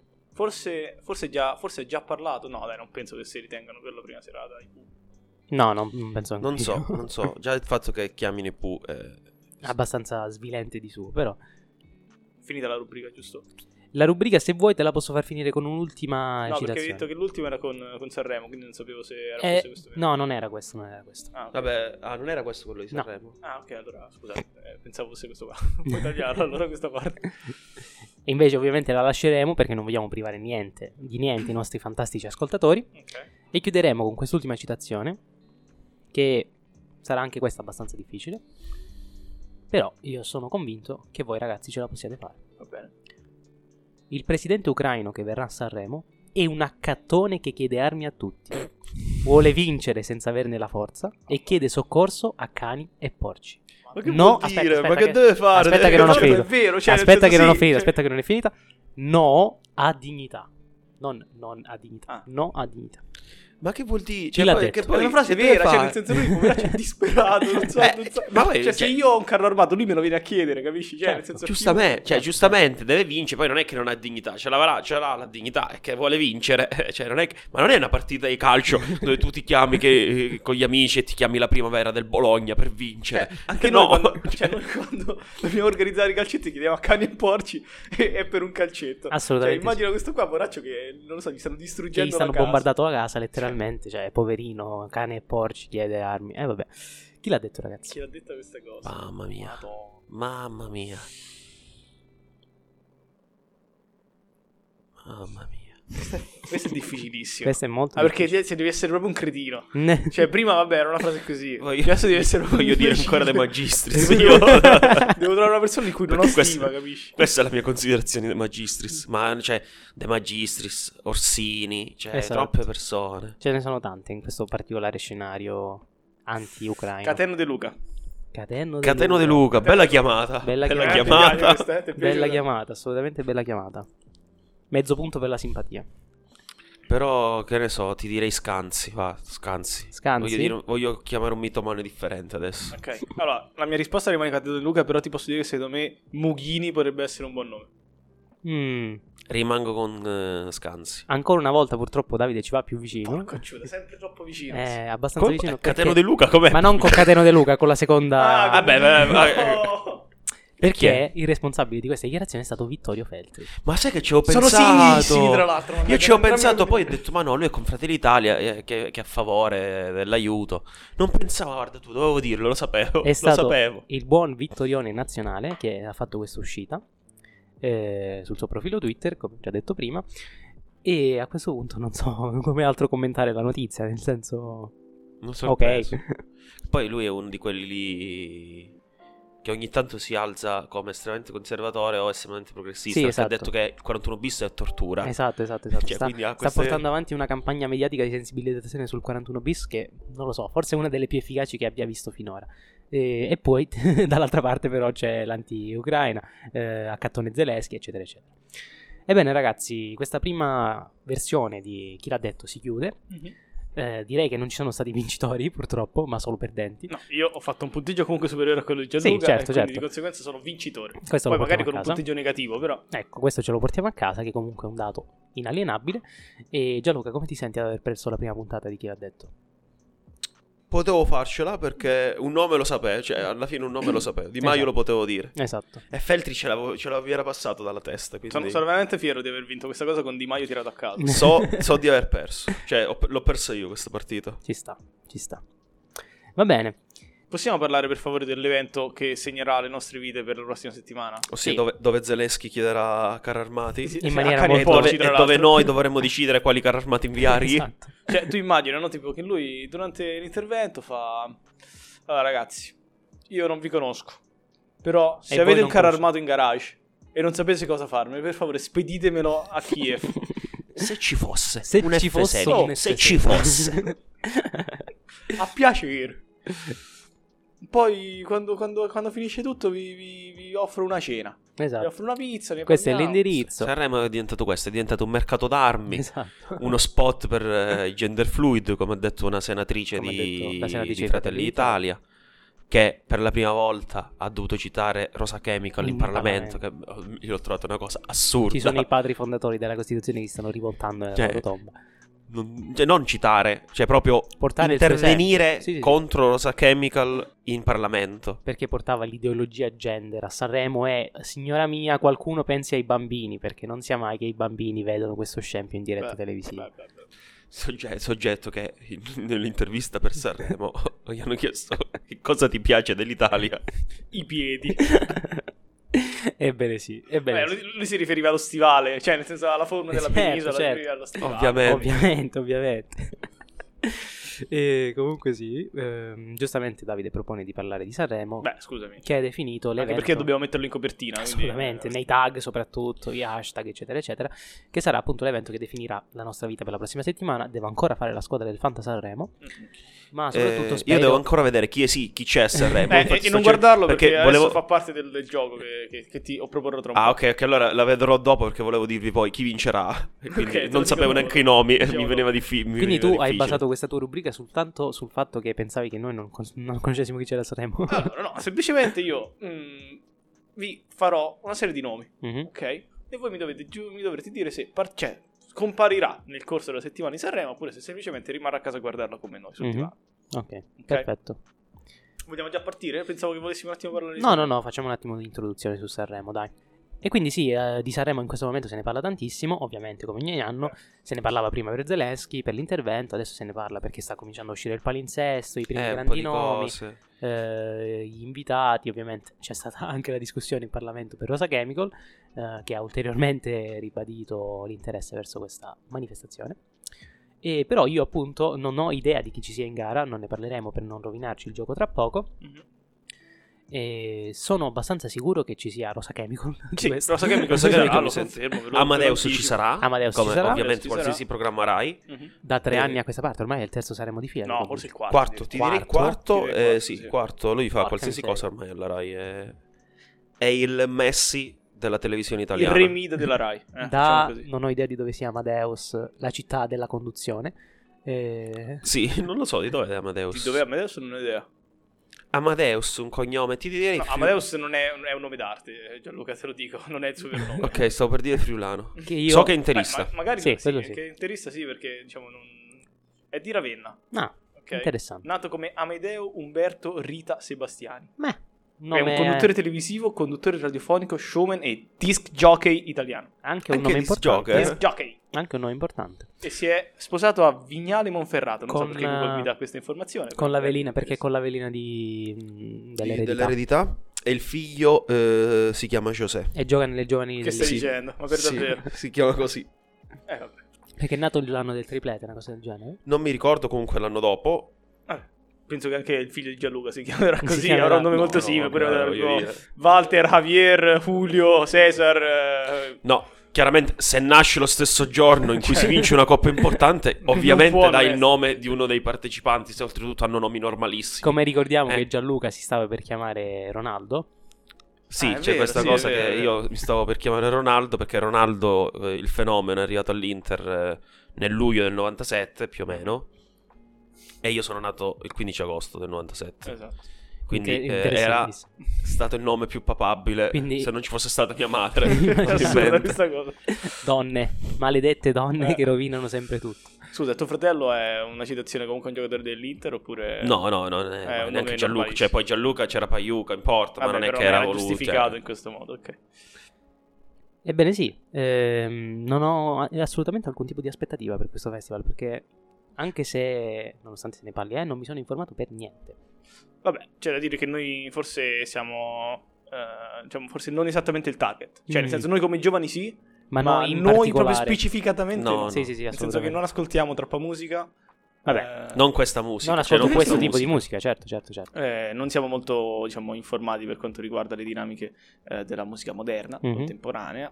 Forse è già parlato. No, dai, non penso che si ritengano per la prima serata. No, non penso Non anch'io. so, già il fatto che chiamino i Pooh Abbastanza svilente di suo, però. Finita la rubrica, giusto? La rubrica, se vuoi, te la posso far finire con un'ultima No, perché citazione. avevi detto che l'ultimo era con Sanremo, quindi non sapevo se era fosse questo. No, non era questo. Ah, ok. Vabbè, non era questo quello di No. Sanremo. Ah, ok, allora scusate, pensavo fosse questo qua. Puoi tagliarlo allora questa parte. E invece ovviamente la lasceremo perché non vogliamo privare di niente i nostri fantastici ascoltatori. Ok. E chiuderemo con quest'ultima citazione, che sarà anche questa abbastanza difficile. Però io sono convinto che voi ragazzi ce la possiate fare. Va bene. Il presidente ucraino che verrà a Sanremo è un accattone che chiede armi a tutti. Vuole vincere senza averne la forza e chiede soccorso a cani e porci. Ma che No, vuol dire? aspetta, Ma che che- deve fare? aspetta che non ho Certo, finito. è vero, cioè, nel Aspetta senso che non ho sì, finito, cioè- aspetta che non è finita. No a dignità. Non a dignità. Ah. No a dignità. Ma che vuol dire? Chi l'ha poi- detto? che poi- è una frase che deve vera, cioè fare? nel senso lui poveraccio è disperato, non so. ma poi, cioè, se io ho un carro armato, lui me lo viene a chiedere, capisci? Cioè, Certo. nel senso Giustamente, deve vincere. Poi non è che non ha dignità, ce l'ha la dignità, è che vuole vincere. Cioè, ma non è una partita di calcio dove tu ti chiami con gli amici e ti chiami la primavera del Bologna per vincere. anche no, noi quando dobbiamo organizzare i calcetti chiediamo a cani e porci e per un calcetto. Assolutamente Cioè, immagino questo qua, poraccio, che non lo so, gli stanno Che distruggendo gli stanno la casa. bombardato la casa letteralmente. Cioè, poverino, cane e porci, chiede armi. Vabbè. Chi l'ha detto, ragazzi? Chi l'ha detta questa cosa? Mamma mia. Madonna. Mamma mia. Mamma mia. Questo è difficilissimo. Questo è molto Perché difficile. devi essere proprio un cretino. Ne- Cioè, prima, vabbè, era una frase così. Voglio- Adesso devi essere proprio Voglio dire un ancora De imbecille. Magistris. Devo trovare una persona in cui non ho Perché stima, questa- capisci? Questa è la mia considerazione De Magistris. Ma cioè, De Magistris, Orsini, cioè Esatto. troppe persone. Ce ne sono tante in questo particolare scenario anti-ucraino. Cateno De Luca. Cateno De Luca, bella chiamata. Bella Bella chiamata. chiamata. Ti piace Bella questa? chiamata, assolutamente bella chiamata. Mezzo punto per la simpatia. Però, che ne so, ti direi Scanzi. Va, Scanzi. Scanzi? Voglio chiamare un mitomane differente adesso. Ok, allora, la mia risposta rimane Cateno De Luca, però ti posso dire che secondo me Mughini potrebbe essere un buon nome. Rimango con Scanzi. Ancora una volta purtroppo Davide ci va più vicino. Porco ciuda, sempre troppo vicino. È abbastanza vicino. Cateno perché- De Luca com'è? Ma non con Cateno De Luca, con la seconda. vabbè, no! Perché il responsabile di questa dichiarazione è stato Vittorio Feltri. Ma sai che ci ho Sono pensato? similissimi, tra l'altro. Io ci ho pensato, poi ho detto, ma no, lui è con Fratelli d'Italia, che è a favore dell'aiuto. Non pensavo, guarda tu, dovevo dirlo, lo sapevo. È stato lo sapevo. il buon Vittorione Nazionale che ha fatto questa uscita sul suo profilo Twitter, come già detto prima. E a questo punto non so come altro commentare la notizia, nel senso... Non so. Poi lui è uno di quelli lì che ogni tanto si alza come estremamente conservatore o estremamente progressista. Sì, perché esatto. ha detto che il 41 bis è tortura. Esatto. Cioè, sta queste... portando avanti una campagna mediatica di sensibilizzazione sul 41 bis che, non lo so, forse è una delle più efficaci che abbia visto finora. E poi dall'altra parte però c'è l'anti-Ucraina, accattone Zelensky, eccetera eccetera. Ebbene ragazzi, questa prima versione di Chi l'ha detto si chiude. Direi che non ci sono stati vincitori purtroppo, ma solo perdenti. No, io ho fatto un punteggio comunque superiore a quello di Gianluca, Sì, certo, e quindi certo. di conseguenza sono vincitore. Questo Poi lo magari portiamo con a un casa. punteggio negativo, però. Ecco, questo ce lo portiamo a casa, che comunque è un dato inalienabile. E Gianluca, come ti senti ad aver perso la prima puntata di Chi l'ha detto? Potevo farcela perché un nome lo sapevo, cioè alla fine un nome lo sapevo. Di Maio Esatto. lo potevo dire. Esatto. E Feltri ce l'avevo era passato dalla testa. Quindi Sono veramente fiero di aver vinto questa cosa con Di Maio tirato a caso. so di aver perso. Cioè l'ho perso io questa partita. Ci sta. Va bene. Possiamo parlare per favore dell'evento che segnerà le nostre vite per la prossima settimana? Ossia Sì. dove Zelensky chiederà carri armati. Sì, In maniera a cani molto- e porci, tra dove l'altro. noi dovremmo decidere quali carri armati inviargli. Esatto. Cioè, tu immagini, no? Tipo che lui durante l'intervento fa: allora ragazzi, io non vi conosco, però se E voi avete non un carro conoscete. armato in garage e non sapete cosa farmi, per favore speditemelo a Kiev. Se ci fosse Se un ci fosse F7, un se F7. ci fosse. A piacere. Poi quando finisce tutto vi offro una cena. Vi Esatto. offro una pizza. ne Questo è parliamo. l'indirizzo. Sanremo è diventato questo, è diventato un mercato d'armi. Esatto. Uno spot per i gender fluid, come ha detto una senatrice Come ha detto di la senatrice di Fratelli d'Italia, che per la prima volta ha dovuto citare Rosa Chemical in In Parlamento, che io l'ho trovato una cosa assurda. Ci sono i padri fondatori della Costituzione che stanno rivoltando nella Cioè, loro tomba. non citare, cioè proprio Portare il suo intervenire esempio. Sì. contro Rosa Chemical in Parlamento. Perché portava l'ideologia gender a Sanremo e, signora mia, qualcuno pensi ai bambini, perché non sia mai che i bambini vedono questo scempio in diretta televisiva. Soggetto che nell'intervista per Sanremo gli hanno chiesto che cosa ti piace dell'Italia. I piedi. Ebbene sì. Lui si riferiva allo stivale, cioè nel senso alla forma della Certo, penisola, certo. si riferiva allo stivale. Ovviamente. E comunque sì, giustamente Davide propone di parlare di Sanremo, Beh, scusami. che è definito Anche l'evento. perché dobbiamo metterlo in copertina. quindi- Assolutamente, nei tag soprattutto, gli hashtag eccetera eccetera, che sarà appunto l'evento che definirà la nostra vita per la prossima settimana. Devo ancora fare la squadra del Fanta Sanremo, ma soprattutto spero... Io devo ancora vedere chi c'è a Sanremo. Infatti E non sto guardarlo perché volevo... adesso fa parte del gioco che ti proporrò tra un Ah, po'. ok, allora la vedrò dopo perché volevo dirvi poi chi vincerà. E quindi Ok, te lo non dico sapevo dopo. neanche i nomi e Diciamo mi veniva difficile. Quindi tu hai basato questa tua rubrica soltanto sul fatto che pensavi che noi non conoscessimo chi c'era a Sanremo. Allora, no, semplicemente io vi farò una serie di nomi, Mhm. ok? E voi mi dovrete dire se comparirà nel corso della settimana in Sanremo oppure se semplicemente rimarrà a casa a guardarla come noi sul Mhm. divano. Ok, perfetto. Vogliamo già partire? Pensavo che volessimo un attimo parlare di No, facciamo un attimo di introduzione su Sanremo, dai. E quindi sì, di Sanremo in questo momento se ne parla tantissimo, ovviamente come ogni anno. Se ne parlava prima per Zelensky, per l'intervento, adesso se ne parla perché sta cominciando a uscire il palinsesto, i primi un po' grandi di nomi, cose. gli invitati, ovviamente c'è stata anche la discussione in Parlamento per Rosa Chemical, che ha ulteriormente ribadito l'interesse verso questa manifestazione. E però io appunto non ho idea di chi ci sia in gara, non ne parleremo per non rovinarci il gioco tra poco. Mhm. E sono abbastanza sicuro che ci sia Rosa Chemical. Sì, Questo. Rosa Chemical Rosa sarà, Chemical lo mi sento. confermo, ve lo Amadeus ci anticipo. sarà. Amadeus ci come sarà. ovviamente Amadeus ci qualsiasi sarà. programma Rai. Mhm. Da 3 anni a questa parte, ormai è il terzo Sanremo di fila. No, forse il quarto. Quarto, ti direi quarto. Ti direi quarto, Sì, sì. quarto. Lui fa Porca qualsiasi miseria. cosa ormai alla Rai. È il Messi della televisione Il italiana. Remida della Rai. Diciamo Da così. non ho idea di dove sia Amadeus, la città della conduzione. Sì, non lo so di dove è Amadeus. Di dov'è Amadeus non ho idea. Amadeus, un cognome, ti direi. No, Amadeus non è un nome d'arte, Gianluca, te lo dico, non è il suo vero nome. Ok, stavo per dire friulano. Che io... So che è interista. Magari Sì, sì, quello sì. che interista sì, perché diciamo non... è di Ravenna, Ah, ok? interessante. Nato come Amedeo Umberto Rita Sebastiani. Beh, È un conduttore televisivo, conduttore radiofonico, showman e disc jockey italiano. Anche un Anche nome disc importante. jockey. Disc jockey. Anche un nome importante. E si è sposato a Vignale Monferrato. Non so Con, perché Google mi dà questa informazione. Con la però velina, è perché con la velina dell'eredità. Dell'eredità. E il figlio si chiama José. E gioca nelle giovani Che stai dicendo? Ma per davvero? Si chiama così. Vabbè. Perché è nato l'anno del triplete, una cosa del genere. Non mi ricordo, comunque l'anno dopo. Penso che anche il figlio di Gianluca si chiamerà Si così. chiamerà- Avrà un nome No, molto no, simile. Pure no, voglio dire. Walter, Javier, Julio, Cesar. No, chiaramente se nasci lo stesso giorno in cui si vince una coppa importante, Non ovviamente può dai il essere. nome di uno dei partecipanti, se oltretutto hanno nomi normalissimi. Come ricordiamo Eh. che Gianluca si stava per chiamare Ronaldo. Sì, è c'è vero, questa sì, cosa è che vero. io mi stavo per chiamare Ronaldo, perché Ronaldo, il fenomeno, è arrivato all'Inter nel luglio del 97 più o meno, e io sono nato il 15 agosto del 97. Esatto. Quindi era Interessantissimo. stato il nome più papabile Quindi- se non ci fosse stata mia madre. Assurda probabilmente. questa cosa. Donne, maledette donne che rovinano sempre tutto. Scusa, tuo fratello è una citazione comunque a un giocatore dell'Inter oppure... No, non è un neanche nome Gianluca. normalissimo. Cioè, poi Gianluca c'era Paiuca, importa, Vabbè, ma non è però che era era voluto. giustificato in questo modo, ok. Ebbene sì, non ho assolutamente alcun tipo di aspettativa per questo festival, perché anche se, nonostante se ne parli, non mi sono informato per niente. Vabbè, c'è da dire che noi forse siamo... diciamo, forse non esattamente il target. Cioè, nel senso, noi come giovani sì, Ma ma noi in noi proprio particolare. specificatamente No, no. no. Sì, sì, Nel sì, senso che assolutamente. non ascoltiamo troppa musica. Vabbè, Non questa musica. Non cioè, ascolto questa questo tipo di musica, certo. non siamo molto, diciamo, informati per quanto riguarda le dinamiche della musica moderna, Mhm. contemporanea.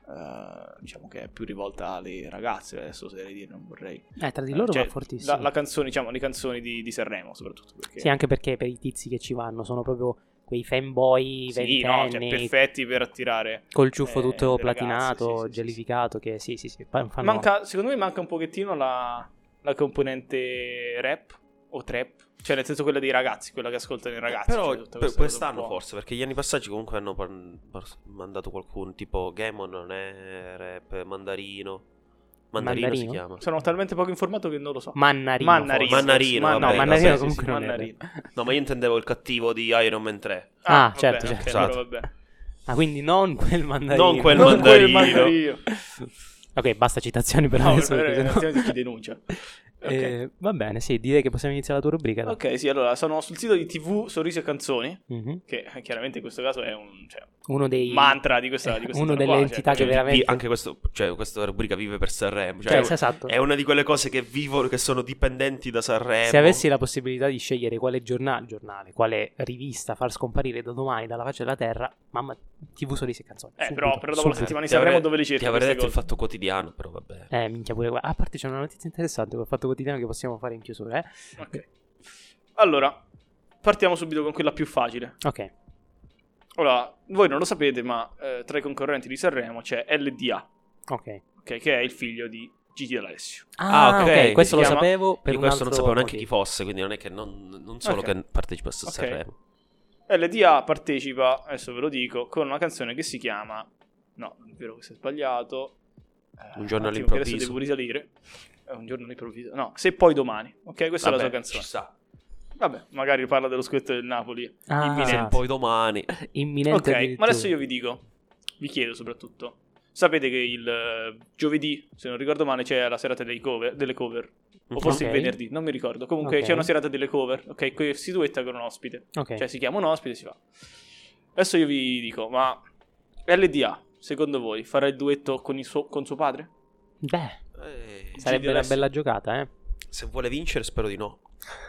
Diciamo che è più rivolta alle ragazze, adesso oserei dire, non vorrei. Tra di loro Cioè, va fortissimo. la canzone, diciamo, le canzoni di Sanremo, soprattutto. Perché... Sì, anche perché per i tizi che ci vanno sono proprio quei fanboy Sì, no, cioè, ventenni perfetti per attirare. col ciuffo tutto le platinato, ragazze, sì, sì, gelificato, che sì, fanno... Secondo me manca un pochettino la componente rap o trap, cioè nel senso quella dei ragazzi, quella che ascoltano i ragazzi. Però cioè, tutta questa quest'anno cosa un po'. forse, perché gli anni passati comunque hanno mandato qualcuno, tipo Gamon non è rap, Mandarino si Mandarino? chiama. Sono talmente poco informato che non lo so. Mannarino. Mannarino. forse. Mannarino, No, vabbè, Mannarino sì, comunque sì, non Mannarino. è. No, ma io intendevo il cattivo di Iron Man 3. Ah, vabbè, certo, ok, certo. allora vabbè. Ah, quindi non quel mandarino. Non quel Non quel Mandarino. Mandarino. Ok, basta citazioni per No, adesso. per perché sennò- attenzione di chi denuncia. Ok. Va bene, sì, direi che possiamo iniziare la tua rubrica. dai. Ok, sì, allora sono sul sito di TV Sorrisi e Canzoni, Mhm. che chiaramente in questo caso è un Uno dei mantra di questa uno zona delle qua, entità cioè, che veramente Anche questa rubrica vive per Sanremo. Cioè, Cioè, esatto. è una di quelle cose che vivono, che sono dipendenti da Sanremo. Se avessi la possibilità di scegliere quale giornale, quale rivista far scomparire da domani dalla faccia della terra, mamma, TV Sorrisi e Canzoni. però dopo la subito. settimana di Ti avrei- Sanremo dove le cerchi Ti avrei queste detto il cose? Fatto Quotidiano, però vabbè. Minchia pure qua. A parte c'è una notizia interessante col Fatto Quotidiano che possiamo fare in chiusura, Ok. Allora, partiamo subito con quella più facile. Ok. Ora, voi non lo sapete, ma tra i concorrenti di Sanremo c'è LDA, Ok. ok, che è il figlio di Gigi D'Alessio. Ah, ok. Questo lo Si chiama- sapevo per Io un questo non altro sapevo neanche motivo. chi fosse, quindi non è che non solo Ok. che partecipasse a Ok. Sanremo. LDA partecipa, adesso ve lo dico, con una canzone che si chiama... No, non è vero, questo è sbagliato. Un giorno attimo, che all'improvviso. adesso devo risalire. È un giorno all'improvviso. No, Se poi domani. Ok, questa è la sua canzone. Ci sta. Vabbè, magari parla dello scudetto del Napoli. Ah, imminente. Poi domani. Imminente Ok, ma addirittura. adesso io vi chiedo soprattutto. Sapete che il giovedì, se non ricordo male, c'è la serata delle cover. O forse Ok. il venerdì, non mi ricordo. Comunque Ok. c'è una serata delle cover. Ok, qui si duetta con un ospite. Ok. Cioè si chiama un ospite e si fa. Adesso io vi dico, ma LDA, secondo voi, farà il duetto con suo padre? Beh, Gigi sarebbe una D'Alessio? bella giocata, Se vuole vincere, spero di no.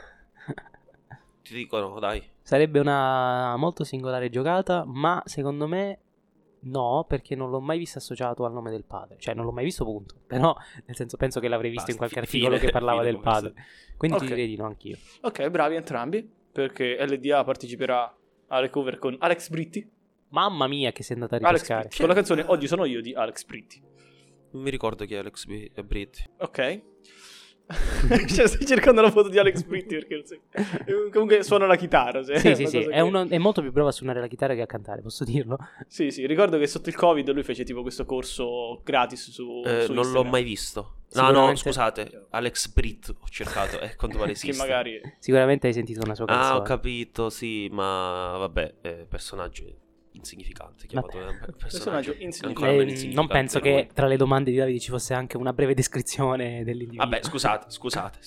Ti dico no, dai. Sarebbe una molto singolare giocata, ma secondo me no, perché non l'ho mai visto associato al nome del padre. Cioè, non l'ho mai visto, punto. Però, nel senso, penso che l'avrei visto Basta, in qualche fine, articolo che parlava fine del padre. Quindi Ok. ti direi di no anch'io. Ok, bravi entrambi, perché LDA parteciperà alle cover con Alex Britti. Mamma mia, che sei andata a Alex ripescare. Britti, con la canzone Oggi sono io di Alex Britti. Non mi ricordo chi è Alex Britti. Ok. Cioè, stai cercando la foto di Alex Britti perché non so. Comunque suona la chitarra. Sì, è molto più bravo a suonare la chitarra che a cantare, posso dirlo. Sì, ricordo che sotto il Covid lui fece tipo questo corso gratis su non Instagram. l'ho mai visto. No, scusate, Alex Britt ho cercato, quanto vale esiste. Che magari... Sicuramente hai sentito una sua canzone. Ho capito, sì, ma vabbè, personaggio insignificante, personaggio insignificante. Non penso che tra le domande di Davide ci fosse anche una breve descrizione dell'individuo. Vabbè, scusate.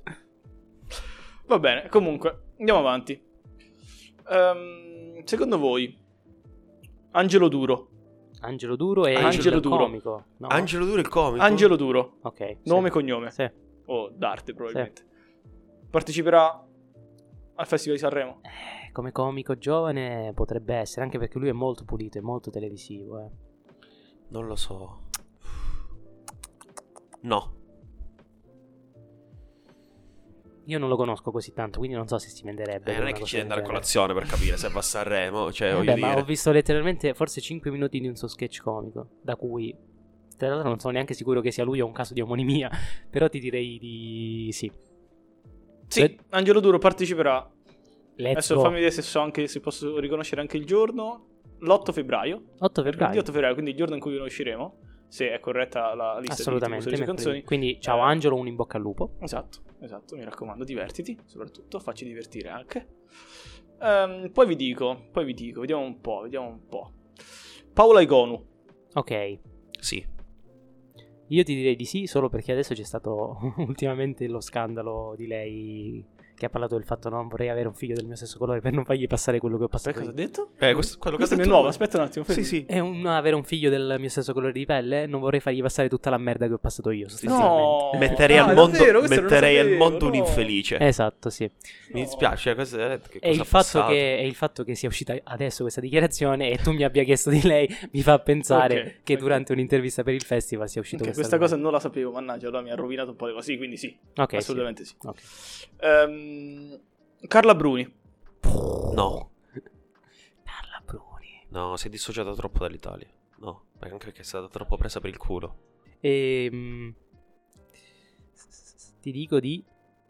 Va bene, comunque andiamo avanti. Secondo voi Angelo Duro è Angelo il Duro. comico, no? Angelo Duro è il comico? Angelo Duro, ok, nome e cognome, sì. o d'arte probabilmente, parteciperà al Festival di Sanremo? Come comico giovane potrebbe essere, anche perché lui è molto pulito, è molto televisivo. Non lo so. No. Io non lo conosco così tanto, quindi non so se si venderebbe. Non è che ci deve andare a colazione per capire se va a Sanremo. Cioè, voglio dire. Ma ho visto letteralmente forse 5 minuti di un suo sketch comico, da cui tra l'altro non sono neanche sicuro che sia lui o un caso di omonimia, però ti direi di sì. Sì, Angelo Duro parteciperà. Let's Adesso go. fammi vedere se so anche, se posso riconoscere anche il giorno. L'8 febbraio. 8 febbraio. 8 febbraio, quindi il giorno in cui lo usciremo. Se è corretta la lista Assolutamente, delle canzoni. Quindi ciao Angelo, un in bocca al lupo. Esatto, mi raccomando, divertiti, soprattutto, facci divertire anche. Poi vi dico, vediamo un po'. Paola Egonu. Ok. Sì. Io ti direi di sì, solo perché adesso c'è stato ultimamente lo scandalo di lei che ha parlato del fatto non vorrei avere un figlio del mio stesso colore per non fargli passare quello che ho passato. Cosa ha detto? Quello Questo che è ha detto nuovo, lui. aspetta un attimo. Sì. È avere un figlio del mio stesso colore di pelle, non vorrei fargli passare tutta la merda che ho passato io, sostanzialmente. No, Metterei al mondo un infelice. Esatto, sì. Mi dispiace, E il fatto che sia uscita adesso questa dichiarazione e tu mi abbia chiesto di lei mi fa pensare che durante un'intervista per il festival sia uscito questa cosa non la sapevo, mannaggia, allora mi ha rovinato un po' le cose. Sì, quindi sì, assolutamente sì. Okay. Carla Bruni. No. Carla Bruni. No, si è dissociata troppo dall'Italia. No, anche perché è stata troppo presa per il culo. Ti dico di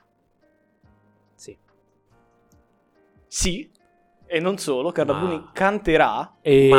Sì. E non solo, Carla Bruni canterà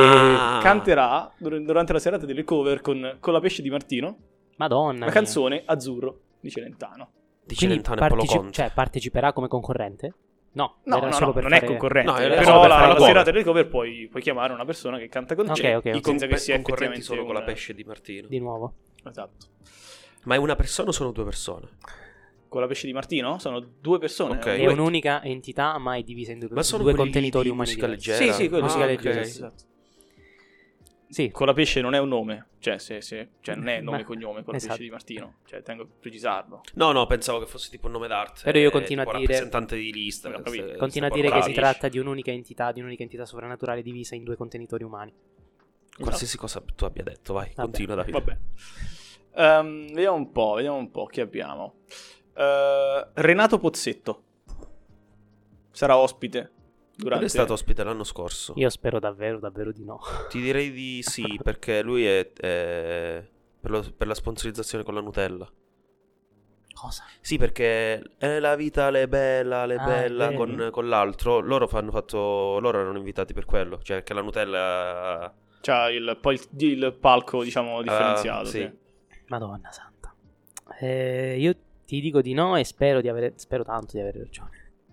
durante la serata delle cover con La Pesce di Martino. Madonna. La canzone Azzurro di Celentano. Di Celentano e Paolo Conte. Cioè parteciperà come concorrente? No, non è concorrente. No, era però solo per fare la la serata delle cover puoi chiamare una persona che canta con te. Ok. I concorrenti solo con La Pesce di Martino. Di nuovo. Esatto. Ma è una persona o sono due persone? Con La Pesce di Martino sono due persone. Ok. È un'unica entità, ma è divisa in Ma sono due contenitori umani. Musica diversi. leggera? Sì, quello musica sì, leggera, okay. Esatto. Sì. Con La Pesce non è un nome, cioè non è nome e cognome con La esatto. Pesce di Martino, cioè tengo a precisarlo. No, pensavo che fosse tipo un nome d'arte. Però io continuo a dire rappresentante di lista. Continuo a dire che si tratta di un'unica entità sovrannaturale divisa in due contenitori umani. Qualsiasi cosa tu abbia detto, vai, continua Davide. Vabbè. Vediamo un po' chi abbiamo. Renato Pozzetto sarà ospite. Lui è stato ospite l'anno scorso. Io spero davvero di no. Ti direi di sì, perché lui è per la sponsorizzazione con la Nutella. Cosa? Sì, perché è la vita le bella con l'altro. Loro erano invitati per quello. Cioè che la Nutella c'ha il palco, diciamo, differenziato. Sì. Madonna santa. Io ti dico di no e spero tanto di avere ragione.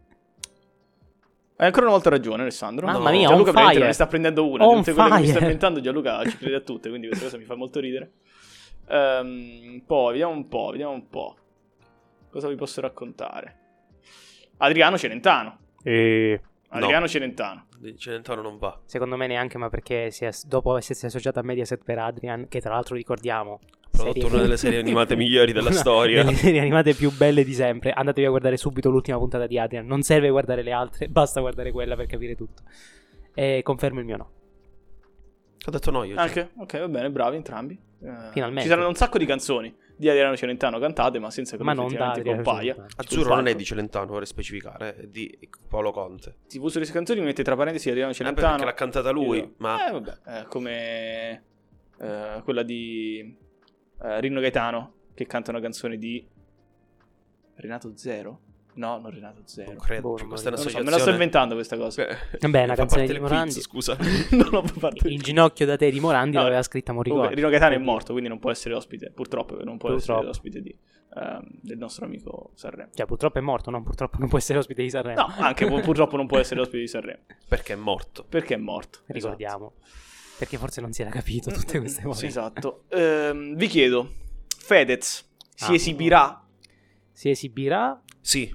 Hai ancora una volta ragione, Alessandro. Mamma mia, Gianluca on fire. ne sta prendendo una. Di tutte quelle che mi sta inventando, Gianluca ci crede a tutte, quindi questa cosa mi fa molto ridere. Poi, vediamo un po'. Cosa vi posso raccontare? Adriano Celentano. Celentano. Celentano non va. Secondo me neanche, ma perché dopo essersi associato a Mediaset per Adrian, che tra l'altro ricordiamo prodotto una delle serie animate migliori della storia, delle serie animate più belle di sempre. Andatevi a guardare subito l'ultima puntata di Adrian. Non serve guardare le altre, basta guardare quella per capire tutto. E confermo il mio no. Ho detto no io. Anche? Ok, va bene, bravi entrambi. Finalmente. Ci saranno un sacco di canzoni di Adriano Celentano cantate, ma senza che lui effettivamente compaia. Azzurro non è di Celentano, vorrei specificare, è di Paolo Conte. TV sulle canzoni mette tra parentesi Adriano Celentano. Perché l'ha cantata lui, ma vabbè, come quella di Rino Gaetano, che canta una canzone di Renato Zero? No, non Renato Zero. Non credo. Boh, Cioè, non questa è Non lo so, un'associazione. me la sto inventando questa cosa. Vabbè, è una fa canzone parte di del Morandi. quiz, scusa. Non lo fa parte. In ginocchio da te di Morandi No, l'aveva scritta Comunque, Morricone. Rino Gaetano è morto, quindi non può essere ospite. Purtroppo non può essere Purtroppo. ospite del nostro amico Sanremo. Cioè, purtroppo è morto, non purtroppo non può essere ospite di Sanremo. No, anche purtroppo non può essere ospite di Sanremo. Perché è morto. Perché è morto. Ricordiamo. Perché forse non si era capito tutte queste cose. Sì, esatto. Vi chiedo, Fedez si Ah. esibirà? Si esibirà? Sì.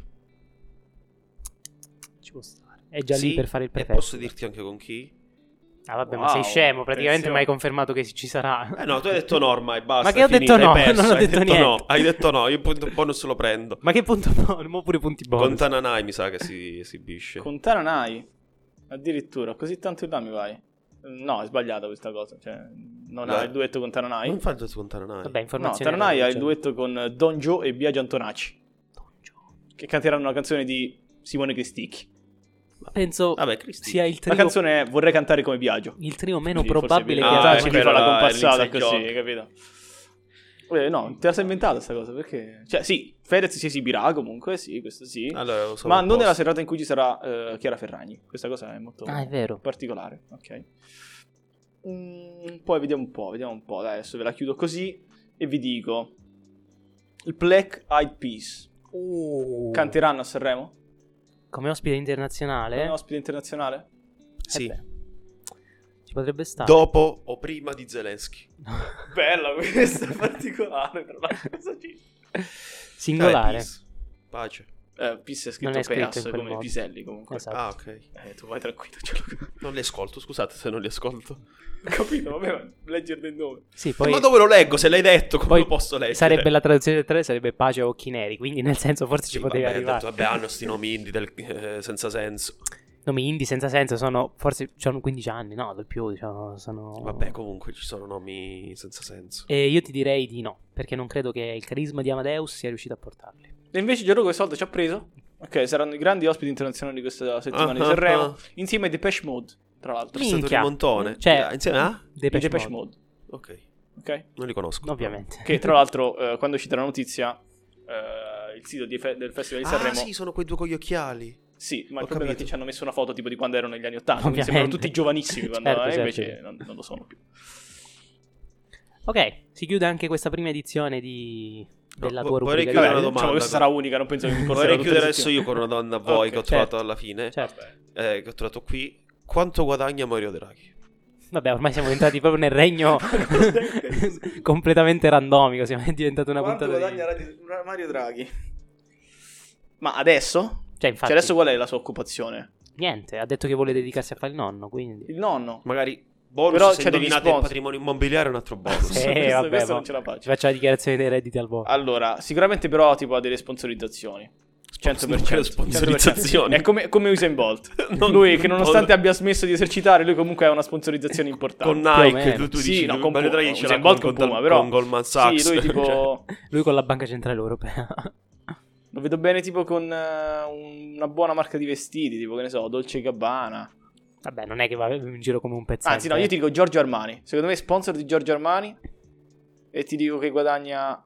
Ci può stare. È già Sì, lì per fare il e prefetto. posso dirti anche con chi? Ah, vabbè, ma Wow, sei scemo. Praticamente attenzione. mi hai confermato che ci sarà. No, tu hai detto no ormai, basta. Ma che ho è finita, detto no? hai perso, Non ho hai detto niente. No. Hai detto no, io il punto bonus lo prendo. Ma che punto bonus? Mo pure punti bonus. Con Tananai mi sa che si esibisce. Con Tananai? Addirittura, così tanto in là mi vai? No, è sbagliata questa cosa. Cioè, non ha Beh. il duetto con Tananai? Non fa il duetto con Tananai. Vabbè, No, informazioni. Tananai ha il duetto con Don Joe e Biagio Antonacci, che canteranno una canzone di Simone Cristicchi. Penso Vabbè, Cristi. sia il La trio, canzone è Vorrei cantare come Biagio. il trio meno Quindi forse probabile che Biagio Ah, abbia ci quello fa la era compassata l'inside così, joke. capito? No, te la sei inventata sta cosa, perché... Cioè, sì, Fedez si esibirà comunque, sì, questo sì. Allora, lo so Ma un non po'. nella serata in cui ci sarà Chiara Ferragni. Questa cosa è molto Ah, è vero. particolare, ok. Poi vediamo un po'. Dai, adesso ve la chiudo così e vi dico. I Black Eyed Peas canteranno a Sanremo? Come ospite internazionale? Come ospite internazionale? Sì. beh, ci potrebbe stare. Dopo o prima di Zelensky. Bella questa, particolare, tra l'altro. Cosa ci... Singolare. Peace. Pace. Peas è Non scritto è scritto Peas in quel come modo. Piselli comunque. Esatto. Ah, ok. Tu vai tranquillo, Non li ascolto, scusate se non li ascolto. ho capito, vabbè, ma leggere del nome. Sì, poi Ma dove lo leggo? Se l'hai detto, come poi lo posso leggere? sarebbe la traduzione del 3 sarebbe pace a occhi neri, quindi nel senso forse Sì, ci potevi vabbè, ho arrivare. detto, vabbè, hanno sti nomi indie senza senso. Nomi indie senza senso sono forse hanno 15 anni, no, del più, diciamo, sono Vabbè, comunque ci sono nomi senza senso. E io ti direi di no, perché non credo che il carisma di Amadeus sia riuscito a portarli. E invece Gianluca che soldo ci ha preso? Ok, saranno i grandi ospiti internazionali di questa settimana di Sanremo, insieme ai Depeche Mode, tra l'altro. È stato Minchia. un montone. Cioè, Insieme a? I Depeche Depeche Mode. Mode, Ok, ok? non li conosco. Ovviamente. Che tra l'altro, quando uscirà la notizia, il sito del Festival di Sanremo... Ah, sì, sono quei due con gli occhiali. Sì, ma Ho il problema è capito. che ci hanno messo una foto tipo di quando erano negli anni 80, quindi Ovviamente. sembrano tutti giovanissimi quando Certo, invece certo. non lo sono più. Ok, si chiude anche questa prima edizione della tua vorrei rubrica. chiudere di- una domanda. Diciamo questa sarà unica, non penso che mi porterà Vorrei tutte chiudere le adesso settimane. io con una domanda a voi Ok, che ho trovato certo. alla fine. Certo. Che ho trovato qui. Quanto guadagna Mario Draghi? Vabbè, ormai siamo entrati proprio nel regno completamente randomico, siamo diventati una Quanto puntata di... guadagna Mario Draghi? Ma adesso? Cioè, infatti, Cioè adesso qual è la sua occupazione? niente, ha detto che vuole dedicarsi a fare il nonno, quindi... Il nonno? Magari bonus Però se c'è degli indovinate il sponsor. patrimonio immobiliare è un altro bonus. Sì, vabbè, questo ma- non ce la Ci faccio. faccio la dichiarazione dei redditi al volo. Allora, sicuramente però tipo ha delle sponsorizzazioni. 100%. Quelle sponsorizzazioni. 100%. È come Usain Bolt. Non- Lui che nonostante abbia smesso di esercitare, lui comunque ha una sponsorizzazione importante. Con Più o Nike meno. tu Sì, dici no, che con Mario Puma. Draghi ce Usain l'ha Bolt con, con Puma, però- con Goldman Sachs. Sì, lui tipo... Cioè, Lui con la Banca Centrale Europea. Lo vedo bene tipo con una buona marca di vestiti, tipo che ne so, Dolce & Gabbana. Vabbè, non è che va in giro come un pezzente. Anzi no, io ti dico Giorgio Armani. Secondo me è sponsor di Giorgio Armani. E ti dico che guadagna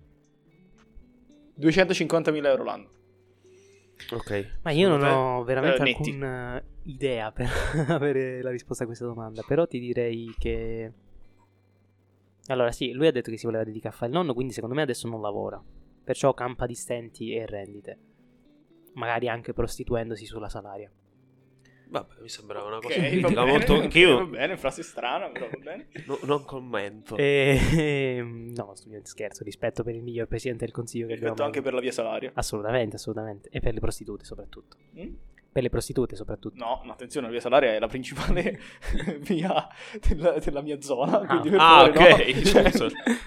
250.000 euro l'anno. ok. Ma io non Secondo ho veramente netti. alcuna idea per avere la risposta a questa domanda. Però ti direi che... Allora sì, lui ha detto che si voleva dedicare a fare il nonno, quindi secondo me adesso non lavora. Perciò campa di stenti e rendite. Magari anche prostituendosi sulla Salaria. Vabbè, mi sembrava una cosa Ok, politica va bene, molto... Che io va bene, frase strana, però va bene. non commento. No, scherzo, rispetto per il miglior presidente del consiglio che abbiamo Rispetto anche mai per la via Salaria. Assolutamente, assolutamente. E per le prostitute soprattutto. Mm? Per le prostitute soprattutto. No, ma attenzione, la via Salaria è la principale via della mia zona. Quindi per Ah, favore, no. ok, Cioè, scusa.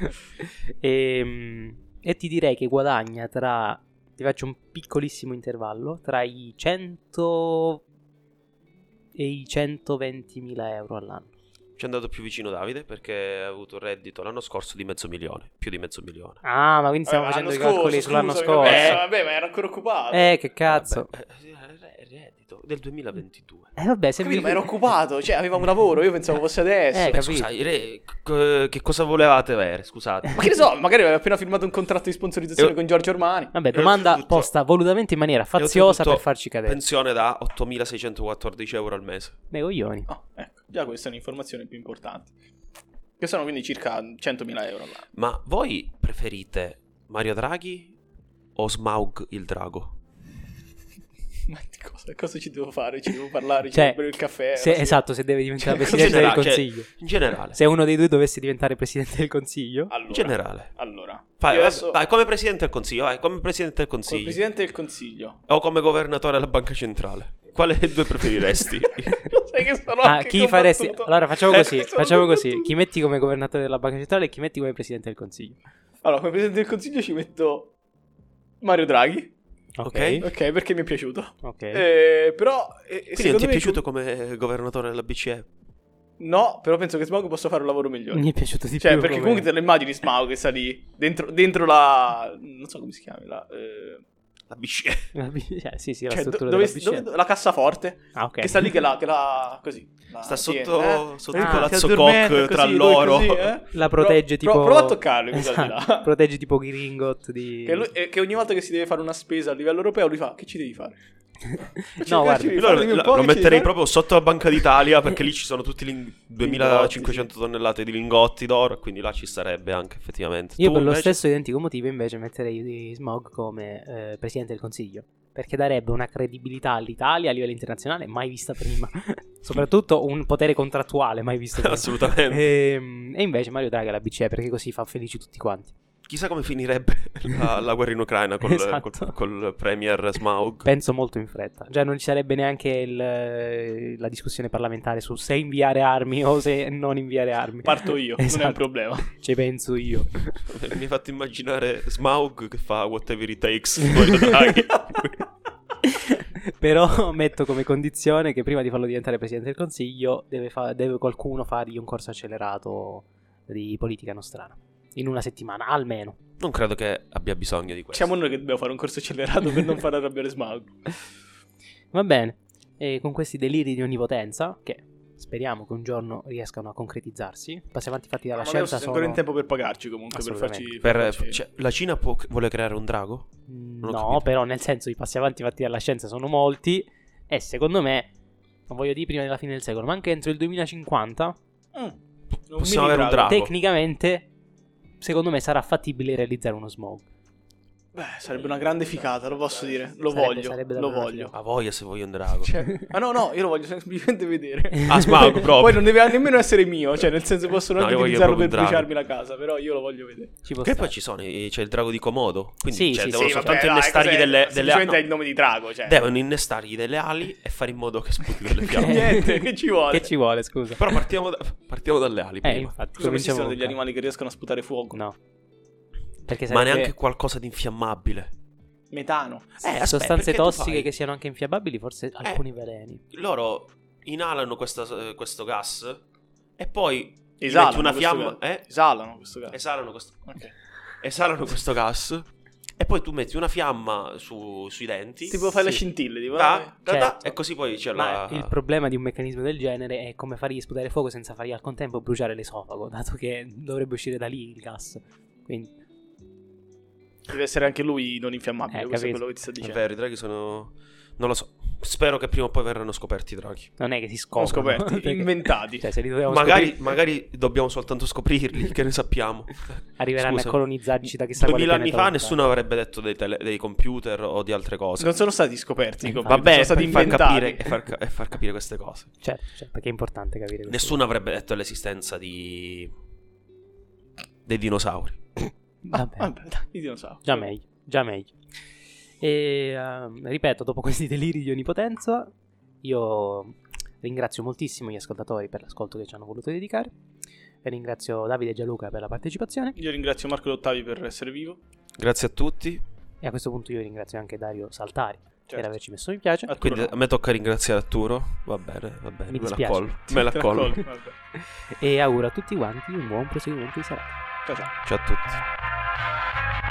E ti direi che guadagna tra... Ti faccio un piccolissimo intervallo. Tra i 100 e i 120.000 euro all'anno. Ci è andato più vicino Davide perché ha avuto un reddito l'anno scorso di $500,000. Più di $500,000. Ah, ma quindi stiamo Vabbè, facendo i l'anno calcoli scorso, sull'anno scusami, scorso. vabbè, ma era ancora occupato. Che cazzo. Vabbè, reddito. capito? Del 2022. Vabbè, se Capito, ma ero occupato, cioè avevo un lavoro, io pensavo fosse adesso. capito. Scusate, che cosa volevate avere? Scusate. Ma che ne so, magari aveva appena firmato un contratto di sponsorizzazione con Giorgio Armani. Vabbè, domanda oltretutto- posta volutamente in maniera faziosa per farci cadere. Pensione da 8.614 euro al mese. Dei coglioni. Oh, ecco, già questa è un'informazione più importante. Che sono quindi circa 100.000 euro all'anno. Ma voi preferite Mario Draghi o Smaug il drago? Ma di cosa ci devo fare? Ci devo parlare? Ci Cioè, devo bere il caffè? esatto, se deve diventare Cioè, presidente del generale, consiglio. in generale. Se uno dei due dovesse diventare presidente del consiglio. Allora, In generale. allora. Vai, Io adesso vai, come presidente del consiglio, vai, come presidente del col consiglio. presidente del consiglio. O come governatore della banca centrale. Quale dei due preferiresti? Lo sai che sono anche Chi faresti? combattuto. Allora facciamo così, Sono facciamo così. combattuto. Chi metti come governatore della banca centrale e chi metti come presidente del consiglio. Allora, come presidente del consiglio ci metto Mario Draghi. Ok. Ok, perché mi è piaciuto. Ok. Però Quindi non secondo ti è me piaciuto come governatore della BCE? No, però penso che Smaug possa fare un lavoro migliore. Mi è piaciuto di Cioè, più. perché come- comunque te lo immagini Smaug che sta lì dentro la non so come si chiama, La BCE. Cioè, sì, la cioè, struttura dove, della BCE. dove- la cassaforte Ah, ok. che sta lì che la così. Sta tiene, sotto il Ah, palazzo si addormenta Koch tra così, loro. così, La protegge tipo... Prova a toccarlo in quella di là. Esatto, protegge tipo Gringot di... Che ogni volta che si deve fare una spesa a livello europeo lui fa che ci devi fare? No, guarda, Ci Io fammi un po' lo che ci metterei fai. proprio sotto la Banca d'Italia perché lì ci sono tutti 2500 tonnellate di lingotti d'oro, quindi là ci sarebbe anche effettivamente. io Tu per lo invece? stesso identico motivo invece metterei di Smog come presidente del consiglio, perché darebbe una credibilità all'Italia a livello internazionale mai vista prima. Soprattutto un potere contrattuale mai visto prima. Assolutamente. E invece Mario Draghi alla BCE, perché così fa felici tutti quanti. Chissà come finirebbe la guerra in Ucraina Esatto. col premier Smaug. Penso molto in fretta. Già non ci sarebbe neanche la discussione parlamentare su se inviare armi o se non inviare armi. Parto io, non è un Esatto. problema. Ci penso io. Mi hai fatto immaginare Smaug che fa whatever it takes. Mario Draghi. Però metto come condizione che prima di farlo diventare presidente del consiglio deve qualcuno fargli un corso accelerato di politica nostrana. In una settimana, almeno. Non credo che abbia bisogno di questo. Siamo noi che dobbiamo fare un corso accelerato per non far arrabbiare Smaug. Va bene. E con questi deliri di onnipotenza, che speriamo che un giorno riescano a concretizzarsi, passi avanti fatti dalla Ma adesso scienza siamo ancora sono... in tempo per pagarci comunque, per Assolutamente. farci... Cioè, la Cina vuole creare un drago? ho No, capito. però nel senso i passi avanti fatti dalla scienza sono molti e secondo me, non voglio dire prima della fine del secolo, ma anche entro il 2050, Possiamo avere un drago. tecnicamente, secondo me sarà fattibile realizzare uno Smog. Beh, sarebbe una grande ficata, lo posso dire. Lo Sarebbe voglio, lo davvero voglio. A voglia se voglio un drago. Cioè, no, io lo voglio semplicemente vedere. Ah, Smaug proprio. Poi non deve nemmeno essere mio, cioè nel senso possono No, anche io voglio utilizzarlo per proprio un drago. bruciarmi la casa, però io lo voglio vedere. Ci può Che stare. poi ci sono, c'è il drago di Komodo. Quindi Sì, cioè, sì, devono sì, soltanto vabbè, dai, innestargli cos'è? delle Semplicemente è ali. il nome di drago, cioè. Devono innestargli delle ali e fare in modo che sputi delle fiamme. Niente, che ci vuole? Che ci vuole, scusa? Però partiamo dalle ali prima. Infatti, Scusa, ma esistono cominciamo degli con- animali che riescono a sputare fuoco? No. Perché Ma sarebbe neanche qualcosa di infiammabile. Metano. Aspetta, sostanze perché tu tossiche fai? che siano anche infiammabili, forse alcuni veleni. Loro inalano questo gas e poi gli Esalano metti una questo fiamma. gas. Esalano questo caso. Ok. Ok. Esalano questo gas e poi tu metti una fiamma sui denti. Tipo fai le Sì. scintille, tipo. Certo. E così poi c'è Ma la... il problema di un meccanismo del genere è come fargli sputare fuoco senza fargli al contempo bruciare l'esofago, dato che dovrebbe uscire da lì il gas. Quindi, Deve essere anche lui non infiammabile, questo è capito. quello che ti sta È dicendo. vero, i draghi sono... Non lo so. Spero che prima o poi verranno scoperti i draghi. non è che si Sono scoprono. scoperti, perché- inventati. Cioè, se li dobbiamo Magari dobbiamo soltanto scoprirli, che ne sappiamo. arriveranno Scusa. a colonizzarci da chissà quale 2000 anni pianeta fa nessuno avrebbe detto dei computer o di altre cose. Non sono stati scoperti, Infatti. sono Vabbè, stati per far inventati. capire e far capire queste cose. Certo, perché è importante capire questo. Nessuno avrebbe detto dell'esistenza dei dinosauri. Vabbè, Vabbè, dai, i dinosauri. già meglio. E ripeto, dopo questi deliri di onnipotenza, io ringrazio moltissimo gli ascoltatori per l'ascolto che ci hanno voluto dedicare. E ringrazio Davide e Gianluca per la partecipazione. Io ringrazio Marco Dottavi per essere vivo. Grazie a tutti. E a questo punto io ringrazio anche Dario Saltari per Certo. averci messo mi piace. Arturo Quindi no. a me tocca ringraziare Arturo. Va bene, Mi me dispiace. l'accolgo. Me l'accolgo. Vabbè. E auguro a tutti quanti un buon proseguimento di serata. Ciao ciao. Ciao a tutti.